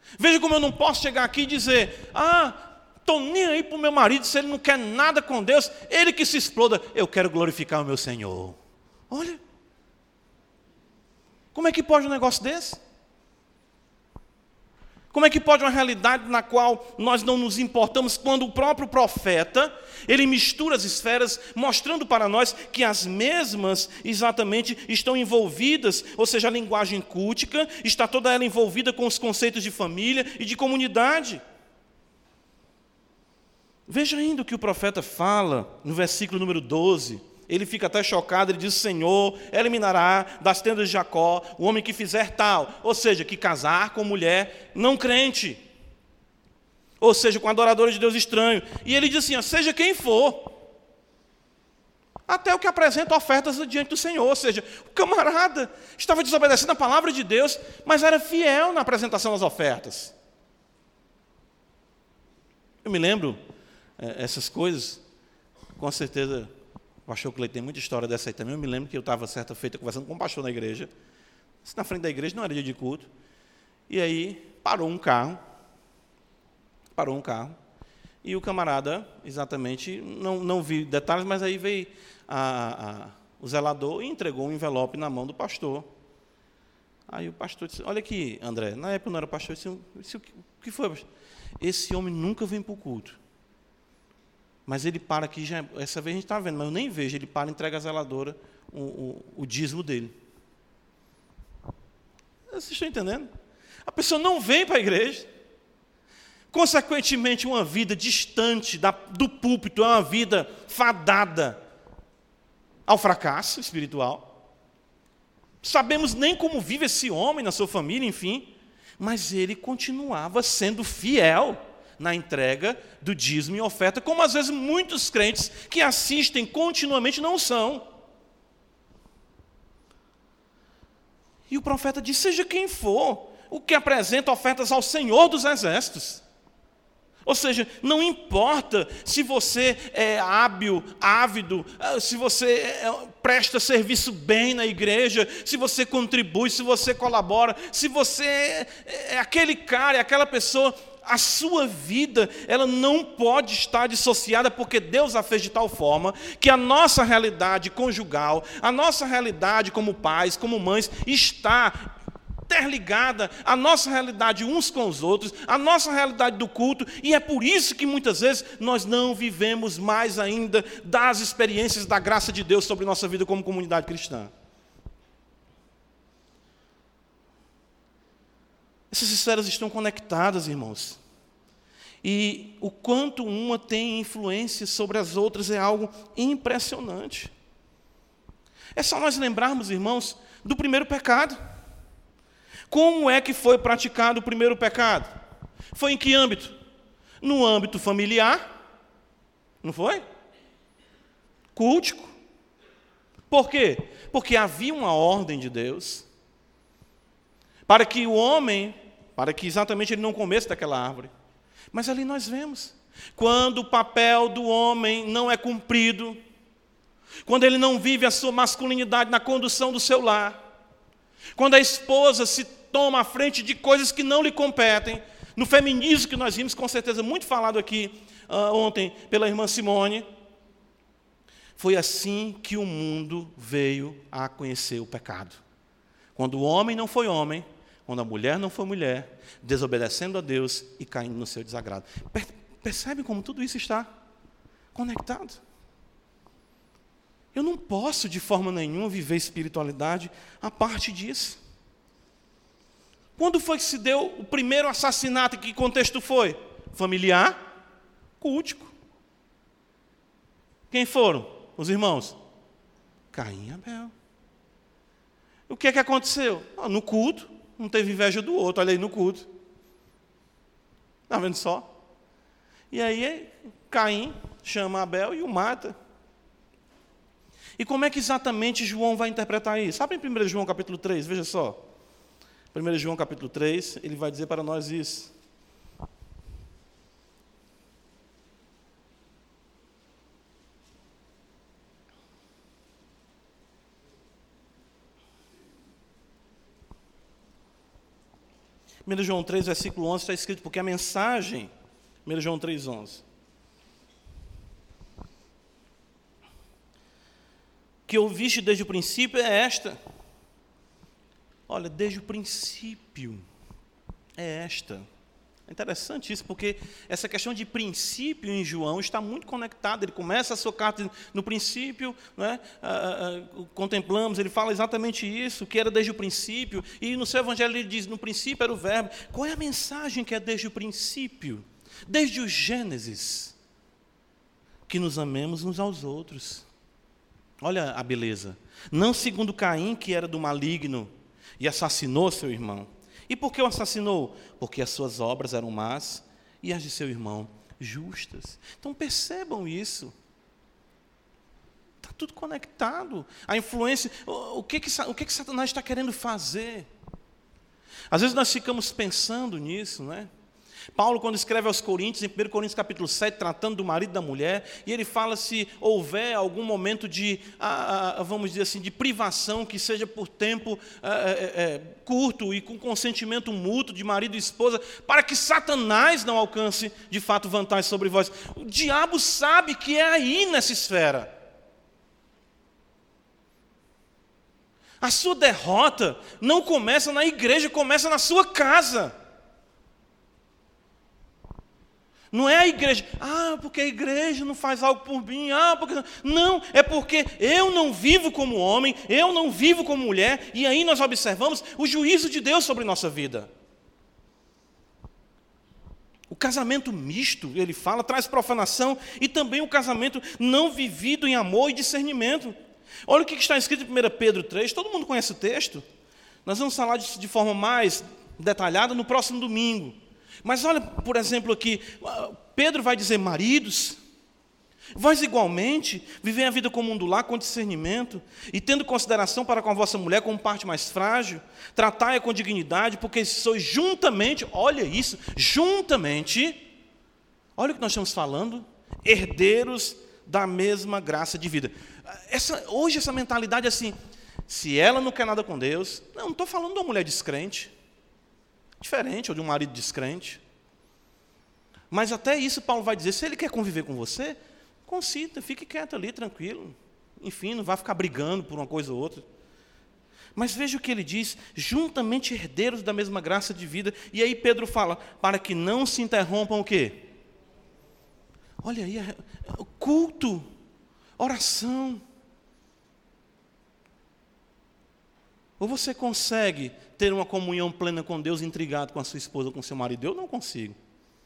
Veja como eu não posso chegar aqui e dizer, ah, estou nem aí para o meu marido, se ele não quer nada com Deus, ele que se exploda, eu quero glorificar o meu Senhor. Olha, como é que pode um negócio desse? Como é que pode uma realidade na qual nós não nos importamos quando o próprio profeta, ele mistura as esferas, mostrando para nós que as mesmas exatamente estão envolvidas, ou seja, a linguagem cultica está toda ela envolvida com os conceitos de família e de comunidade. Veja ainda o que o profeta fala no versículo número doze. Ele fica até chocado, ele diz, Senhor, eliminará das tendas de Jacó o homem que fizer tal, ou seja, que casar com mulher não crente, ou seja, com adoradores de Deus estranho. E ele diz assim, ó, seja quem for, até o que apresenta ofertas diante do Senhor, ou seja, o camarada estava desobedecendo a palavra de Deus, mas era fiel na apresentação das ofertas. Eu me lembro, é, essas coisas, com certeza... O pastor Cleiton tem muita história dessa aí também. Eu me lembro que eu estava certa feita conversando com um pastor na igreja. Na frente da igreja, não era dia de culto. E aí parou um carro. Parou um carro. E o camarada, exatamente, não, não vi detalhes, mas aí veio a, a, o zelador e entregou um envelope na mão do pastor. Aí o pastor disse, olha aqui, André, na época não era pastor, eu disse, o que foi, pastor? Esse homem nunca vem para o culto. Mas ele para aqui, já, essa vez a gente está vendo, mas eu nem vejo, ele para e entrega à zeladora o, o, o dízimo dele. Vocês estão entendendo? A pessoa não vem para a igreja. Consequentemente, uma vida distante da, do púlpito é uma vida fadada ao fracasso espiritual. Sabemos nem como vive esse homem na sua família, enfim, mas ele continuava sendo fiel na entrega do dízimo e oferta, como às vezes muitos crentes que assistem continuamente não são. E o profeta diz, seja quem for, o que apresenta ofertas ao Senhor dos Exércitos. Ou seja, não importa se você é hábil, ávido, se você presta serviço bem na igreja, se você contribui, se você colabora, se você é aquele cara, é aquela pessoa, a sua vida, ela não pode estar dissociada, porque Deus a fez de tal forma que a nossa realidade conjugal, a nossa realidade como pais, como mães, está interligada à nossa realidade uns com os outros, à nossa realidade do culto, e é por isso que muitas vezes nós não vivemos mais ainda das experiências da graça de Deus sobre nossa vida como comunidade cristã. Essas esferas estão conectadas, irmãos. E o quanto uma tem influência sobre as outras é algo impressionante. É só nós lembrarmos, irmãos, do primeiro pecado. Como é que foi praticado o primeiro pecado? Foi em que âmbito? No âmbito familiar, não foi? Cultico. Por quê? Porque havia uma ordem de Deus para que o homem, para que exatamente ele não comesse daquela árvore. Mas ali nós vemos, quando o papel do homem não é cumprido, quando ele não vive a sua masculinidade na condução do seu lar, quando a esposa se toma à frente de coisas que não lhe competem, no feminismo que nós vimos, com certeza, muito falado aqui uh, ontem pela irmã Simone, foi assim que o mundo veio a conhecer o pecado. Quando o homem não foi homem, quando a mulher não foi mulher, desobedecendo a Deus e caindo no seu desagrado. Percebe como tudo isso está conectado? Eu não posso, de forma nenhuma, viver espiritualidade a parte disso. Quando foi que se deu o primeiro assassinato? Que contexto foi? Familiar, cultico. Quem foram? Os irmãos? Caim e Abel. O que é que aconteceu? No culto, um teve inveja do outro, olha aí no culto. Está vendo só? E aí, Caim chama Abel e o mata. E como é que exatamente João vai interpretar isso? Sabe em primeiro João capítulo três, veja só. primeiro João capítulo três, ele vai dizer para nós isso. primeiro João três, versículo onze, está escrito, porque a mensagem, primeiro João três, onze, que ouviste desde o princípio é esta. Olha, desde o princípio é esta. É interessante isso, porque essa questão de princípio em João está muito conectada. Ele começa a sua carta no princípio, né? ah, ah, contemplamos, ele fala exatamente isso, que era desde o princípio, e no seu evangelho ele diz, no princípio era o verbo. Qual é a mensagem que é desde o princípio? Desde o Gênesis, que nos amemos uns aos outros. Olha a beleza. Não segundo Caim, que era do maligno, e assassinou seu irmão. E por que o assassinou? Porque as suas obras eram más e as de seu irmão justas. Então percebam isso. Está tudo conectado. A influência, o que que, o que que Satanás está querendo fazer? Às vezes nós ficamos pensando nisso, né? Paulo, quando escreve aos Coríntios, em primeiro Coríntios capítulo sete, tratando do marido e da mulher, e ele fala se houver algum momento de, ah, vamos dizer assim, de privação, que seja por tempo ah, é, é, curto e com consentimento mútuo de marido e esposa, para que Satanás não alcance, de fato, vantagem sobre vós. O diabo sabe que é aí nessa esfera. A sua derrota não começa na igreja, começa na sua casa. Não é a igreja, ah, porque a igreja não faz algo por mim, ah, porque... Não, é porque eu não vivo como homem, eu não vivo como mulher, e aí nós observamos o juízo de Deus sobre nossa vida. O casamento misto, ele fala, traz profanação, e também o casamento não vivido em amor e discernimento. Olha o que está escrito em primeiro Pedro três, todo mundo conhece o texto? Nós vamos falar disso de forma mais detalhada no próximo domingo. Mas olha, por exemplo, aqui, Pedro vai dizer, maridos, vós igualmente vivem a vida comum do lar com discernimento, e tendo consideração para com a vossa mulher como parte mais frágil, tratai-a com dignidade, porque sois juntamente, olha isso, juntamente, olha o que nós estamos falando, herdeiros da mesma graça de vida. Essa, hoje essa mentalidade é assim, se ela não quer nada com Deus, não, não estou falando de uma mulher descrente, diferente, ou de um marido descrente. Mas até isso Paulo vai dizer, se ele quer conviver com você, consinta, fique quieto ali, tranquilo. Enfim, não vai ficar brigando por uma coisa ou outra. Mas veja o que ele diz, juntamente herdeiros da mesma graça de vida. E aí Pedro fala, para que não se interrompam o quê? Olha aí, o culto, oração. Ou você consegue ter uma comunhão plena com Deus, intrigado com a sua esposa ou com seu marido? Eu não consigo.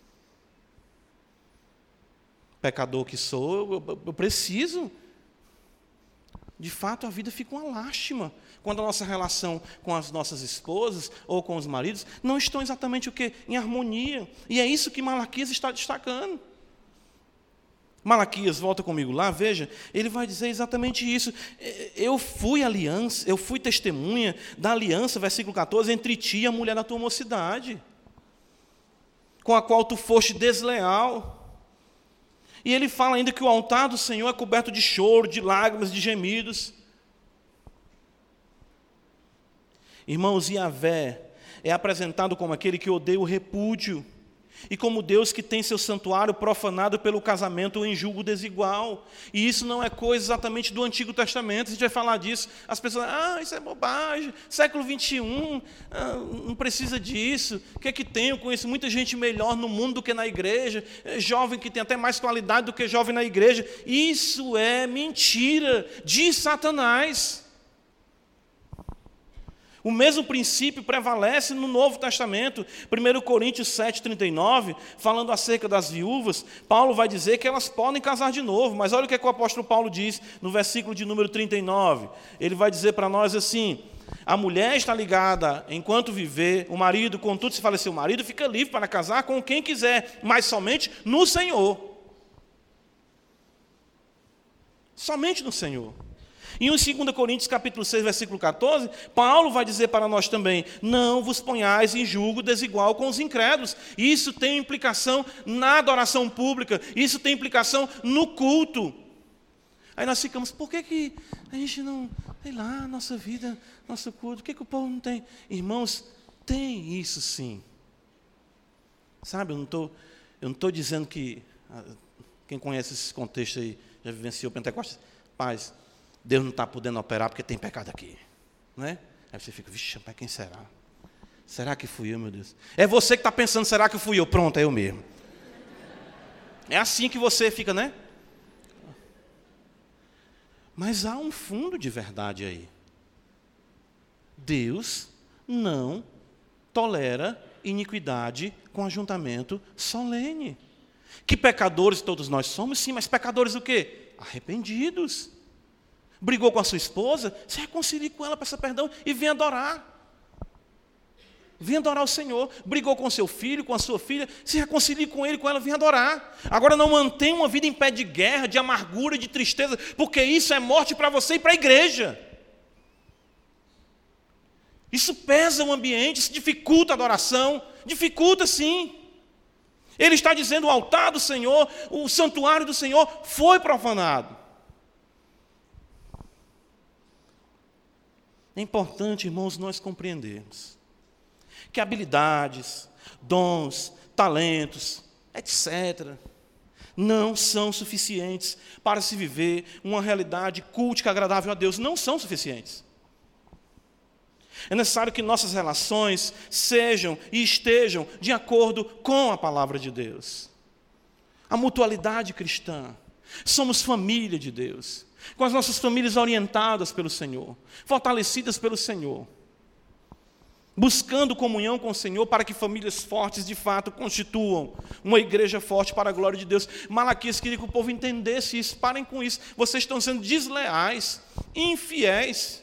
Pecador que sou, eu, eu preciso. De fato, a vida fica uma lástima quando a nossa relação com as nossas esposas ou com os maridos não estão exatamente o quê? Em harmonia. E é isso que Malaquias está destacando. Malaquias, volta comigo lá, veja, ele vai dizer exatamente isso. Eu fui aliança, eu fui testemunha da aliança, versículo catorze, entre ti e a mulher da tua mocidade, com a qual tu foste desleal. E ele fala ainda que o altar do Senhor é coberto de choro, de lágrimas, de gemidos. Irmãos, Yahvé é apresentado como aquele que odeia o repúdio, e como Deus que tem seu santuário profanado pelo casamento ou em julgo desigual. E isso não é coisa exatamente do Antigo Testamento. A gente vai falar disso. As pessoas, ah, isso é bobagem, século vinte e um, ah, não precisa disso. O que é que tem? Eu conheço muita gente melhor no mundo do que na igreja, jovem que tem até mais qualidade do que jovem na igreja. Isso é mentira de Satanás. O mesmo princípio prevalece no Novo Testamento. primeiro Coríntios sete, trinta e nove, falando acerca das viúvas, Paulo vai dizer que elas podem casar de novo. Mas olha o que, é que o apóstolo Paulo diz no versículo de número trinta e nove. Ele vai dizer para nós assim, a mulher está ligada enquanto viver, o marido, contudo se falecer o marido, fica livre para casar com quem quiser, mas somente no Senhor. Somente no Senhor. E em dois Coríntios capítulo seis, versículo catorze, Paulo vai dizer para nós também, não vos ponhais em julgo desigual com os incrédulos. Isso tem implicação na adoração pública, isso tem implicação no culto. Aí nós ficamos, por que, que a gente não, sei lá, nossa vida, nosso culto, por que, que o povo não tem? Irmãos, Tem isso sim. Sabe, eu não estou eu não estou dizendo que, quem conhece esse contexto aí, já vivenciou Pentecostes, paz, Deus não está podendo operar porque tem pecado aqui. Não é? Aí você fica, vixe, mas quem será? Será que fui eu, meu Deus? É você que está pensando, será que fui eu? Pronto, é eu mesmo. É assim que você fica, né? Mas há um fundo de verdade aí. Deus não tolera iniquidade com ajuntamento solene. Que pecadores todos nós somos, sim, mas pecadores o quê? Arrependidos. Brigou com a sua esposa, se reconcilie com ela, peça perdão e venha adorar. Venha adorar o Senhor. Brigou com seu filho, com a sua filha, se reconcilie com ele, com ela, venha adorar. Agora não mantenha uma vida em pé de guerra, de amargura, de tristeza, porque isso é morte para você e para a igreja. Isso pesa o ambiente, isso dificulta a adoração, dificulta sim. Ele está dizendo, o altar do Senhor, o santuário do Senhor foi profanado. É importante, irmãos, nós compreendermos que habilidades, dons, talentos, etcétera, não são suficientes para se viver uma realidade cultica agradável a Deus. Não são suficientes. É necessário que nossas relações sejam e estejam de acordo com a palavra de Deus. A mutualidade cristã. Somos família de Deus, com as nossas famílias orientadas pelo Senhor, fortalecidas pelo Senhor, buscando comunhão com o Senhor para que famílias fortes de fato constituam uma igreja forte para a glória de Deus. Malaquias queria que o povo entendesse isso. Parem com isso. Vocês estão sendo desleais, infiéis.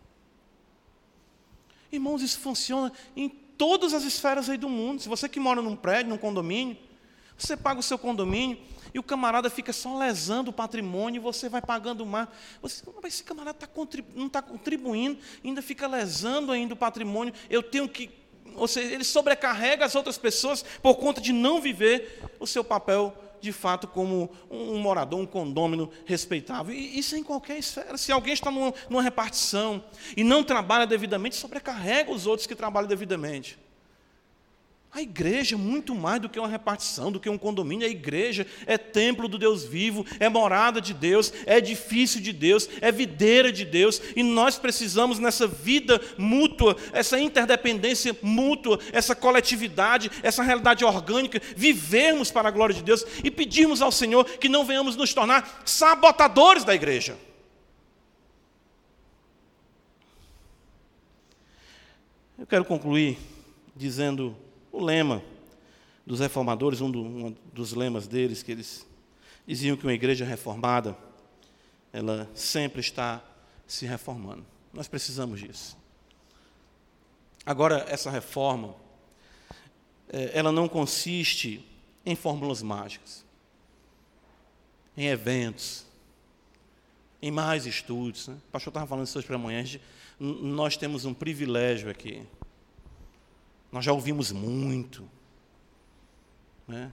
Irmãos, isso funciona em todas as esferas aí do mundo. Se você que mora num prédio, num condomínio, você paga o seu condomínio e o camarada fica só lesando o patrimônio e você vai pagando mais. Você, mas esse camarada tá contribu- não está contribuindo, ainda fica lesando ainda o patrimônio. Eu tenho que... Ou seja, ele sobrecarrega as outras pessoas por conta de não viver o seu papel de fato como um morador, um condômino respeitável. E isso é em qualquer esfera. Se alguém está numa, numa repartição e não trabalha devidamente, sobrecarrega os outros que trabalham devidamente. A igreja é muito mais do que uma repartição, do que um condomínio. A igreja é templo do Deus vivo, é morada de Deus, é edifício de Deus, é videira de Deus. E nós precisamos, nessa vida mútua, essa interdependência mútua, essa coletividade, essa realidade orgânica, vivermos para a glória de Deus e pedirmos ao Senhor que não venhamos nos tornar sabotadores da igreja. Eu quero concluir dizendo... O lema dos reformadores, um, do, um dos lemas deles, que eles diziam que uma igreja reformada, ela sempre está se reformando. Nós precisamos disso. Agora, essa reforma, ela não consiste em fórmulas mágicas, em eventos, em mais estudos. Né? O pastor estava falando isso hoje para amanhã. Nós temos um privilégio aqui. Nós já ouvimos muito. Né?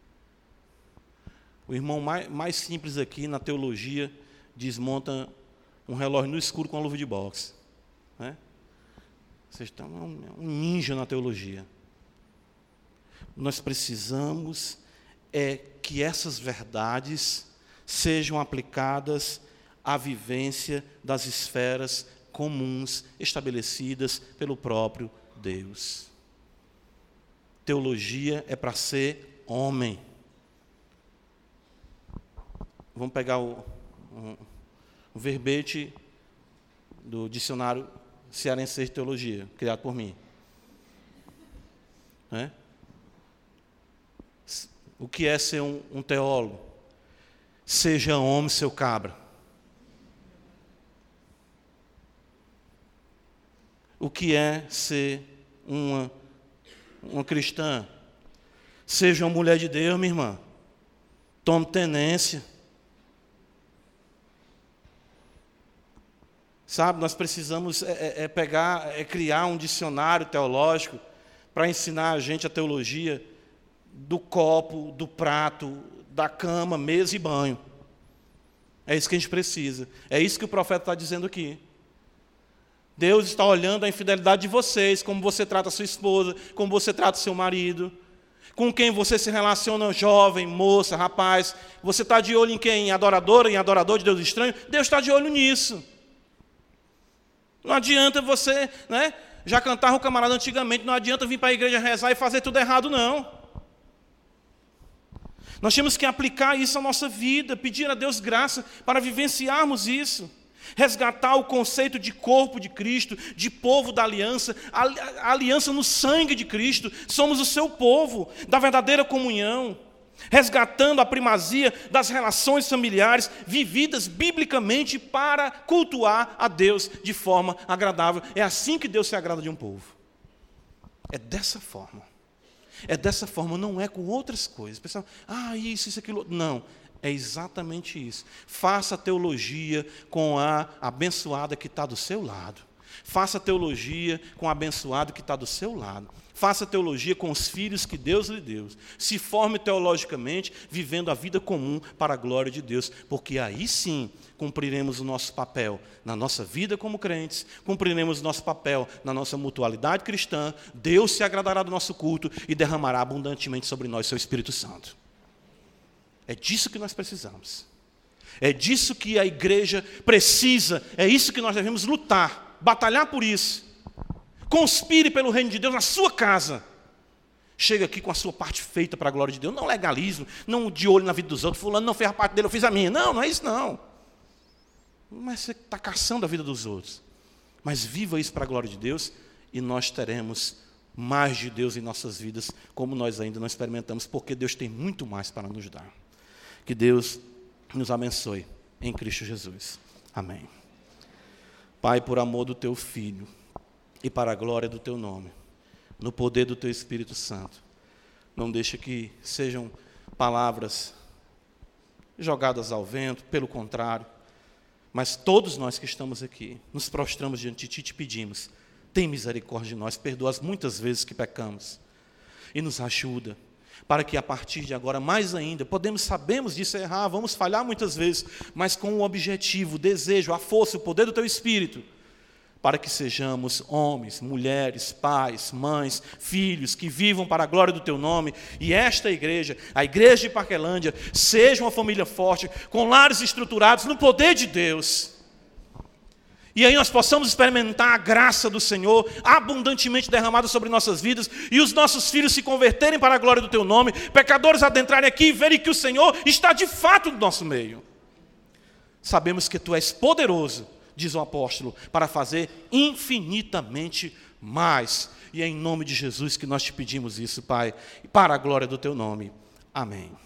O irmão mais, mais simples aqui na teologia desmonta um relógio no escuro com uma luva de boxe. Né? Vocês estão um, um ninja na teologia. Nós precisamos é que essas verdades sejam aplicadas à vivência das esferas comuns estabelecidas pelo próprio Deus. Teologia é para ser homem. Vamos pegar o, um, o verbete do dicionário cearense de teologia, criado por mim. Né? O que é ser um, um teólogo? Seja homem, seu cabra. O que é ser uma Uma cristã? Seja uma mulher de Deus, minha irmã. Tome tenência. Sabe, nós precisamos é, é pegar, é criar um dicionário teológico para ensinar a gente a teologia do copo, do prato, da cama, mesa e banho. É isso que a gente precisa. É isso que o profeta está dizendo aqui. Deus está olhando a infidelidade de vocês, como você trata a sua esposa, como você trata o seu marido, com quem você se relaciona, jovem, moça, rapaz. Você está de olho em quem? Em adoradora, em adorador de Deus estranho? Deus está de olho nisso. Não adianta você, né, já cantava o camarada antigamente, não adianta vir para a igreja rezar e fazer tudo errado, não. Nós temos que aplicar isso à nossa vida, pedir a Deus graça para vivenciarmos isso. Resgatar o conceito de corpo de Cristo, de povo da aliança, a aliança no sangue de Cristo. Somos o seu povo, da verdadeira comunhão. Resgatando a primazia das relações familiares vividas biblicamente para cultuar a Deus de forma agradável. É assim que Deus se agrada de um povo. É dessa forma. É dessa forma, não é com outras coisas. Pessoal, ah, isso, isso, aquilo. Não. É exatamente isso. Faça teologia com a abençoada que está do seu lado. Faça teologia com o abençoado que está do seu lado. Faça teologia com os filhos que Deus lhe deu. Se forme teologicamente, vivendo a vida comum para a glória de Deus. Porque aí sim cumpriremos o nosso papel na nossa vida como crentes, cumpriremos o nosso papel na nossa mutualidade cristã. Deus se agradará do nosso culto e derramará abundantemente sobre nós seu Espírito Santo. É disso que nós precisamos. É disso que a igreja precisa. É isso que nós devemos lutar, batalhar por isso. Conspire pelo reino de Deus na sua casa. Chega aqui com a sua parte feita para a glória de Deus. Não legalismo, não de olho na vida dos outros. Fulano não fez a parte dele, eu fiz a minha. Não, não é isso não. Mas você está caçando a vida dos outros. Mas viva isso para a glória de Deus e nós teremos mais de Deus em nossas vidas, como nós ainda não experimentamos, porque Deus tem muito mais para nos dar. Que Deus nos abençoe em Cristo Jesus. Amém. Pai, por amor do Teu Filho e para a glória do Teu nome, no poder do Teu Espírito Santo, não deixe que sejam palavras jogadas ao vento, pelo contrário, mas todos nós que estamos aqui, nos prostramos diante de Ti e Te pedimos, tem misericórdia de nós, perdoa as muitas vezes que pecamos e nos ajuda, para que a partir de agora, mais ainda, podemos, sabemos disso, errar, vamos falhar muitas vezes, mas com o objetivo, o desejo, a força, o poder do Teu Espírito, para que sejamos homens, mulheres, pais, mães, filhos, que vivam para a glória do Teu nome, e esta igreja, a igreja de Parquelândia, seja uma família forte, com lares estruturados no poder de Deus. E aí nós possamos experimentar a graça do Senhor abundantemente derramada sobre nossas vidas e os nossos filhos se converterem para a glória do Teu nome, pecadores adentrarem aqui e verem que o Senhor está de fato no nosso meio. Sabemos que Tu és poderoso, diz o apóstolo, para fazer infinitamente mais. E é em nome de Jesus que nós Te pedimos isso, Pai, para a glória do Teu nome. Amém.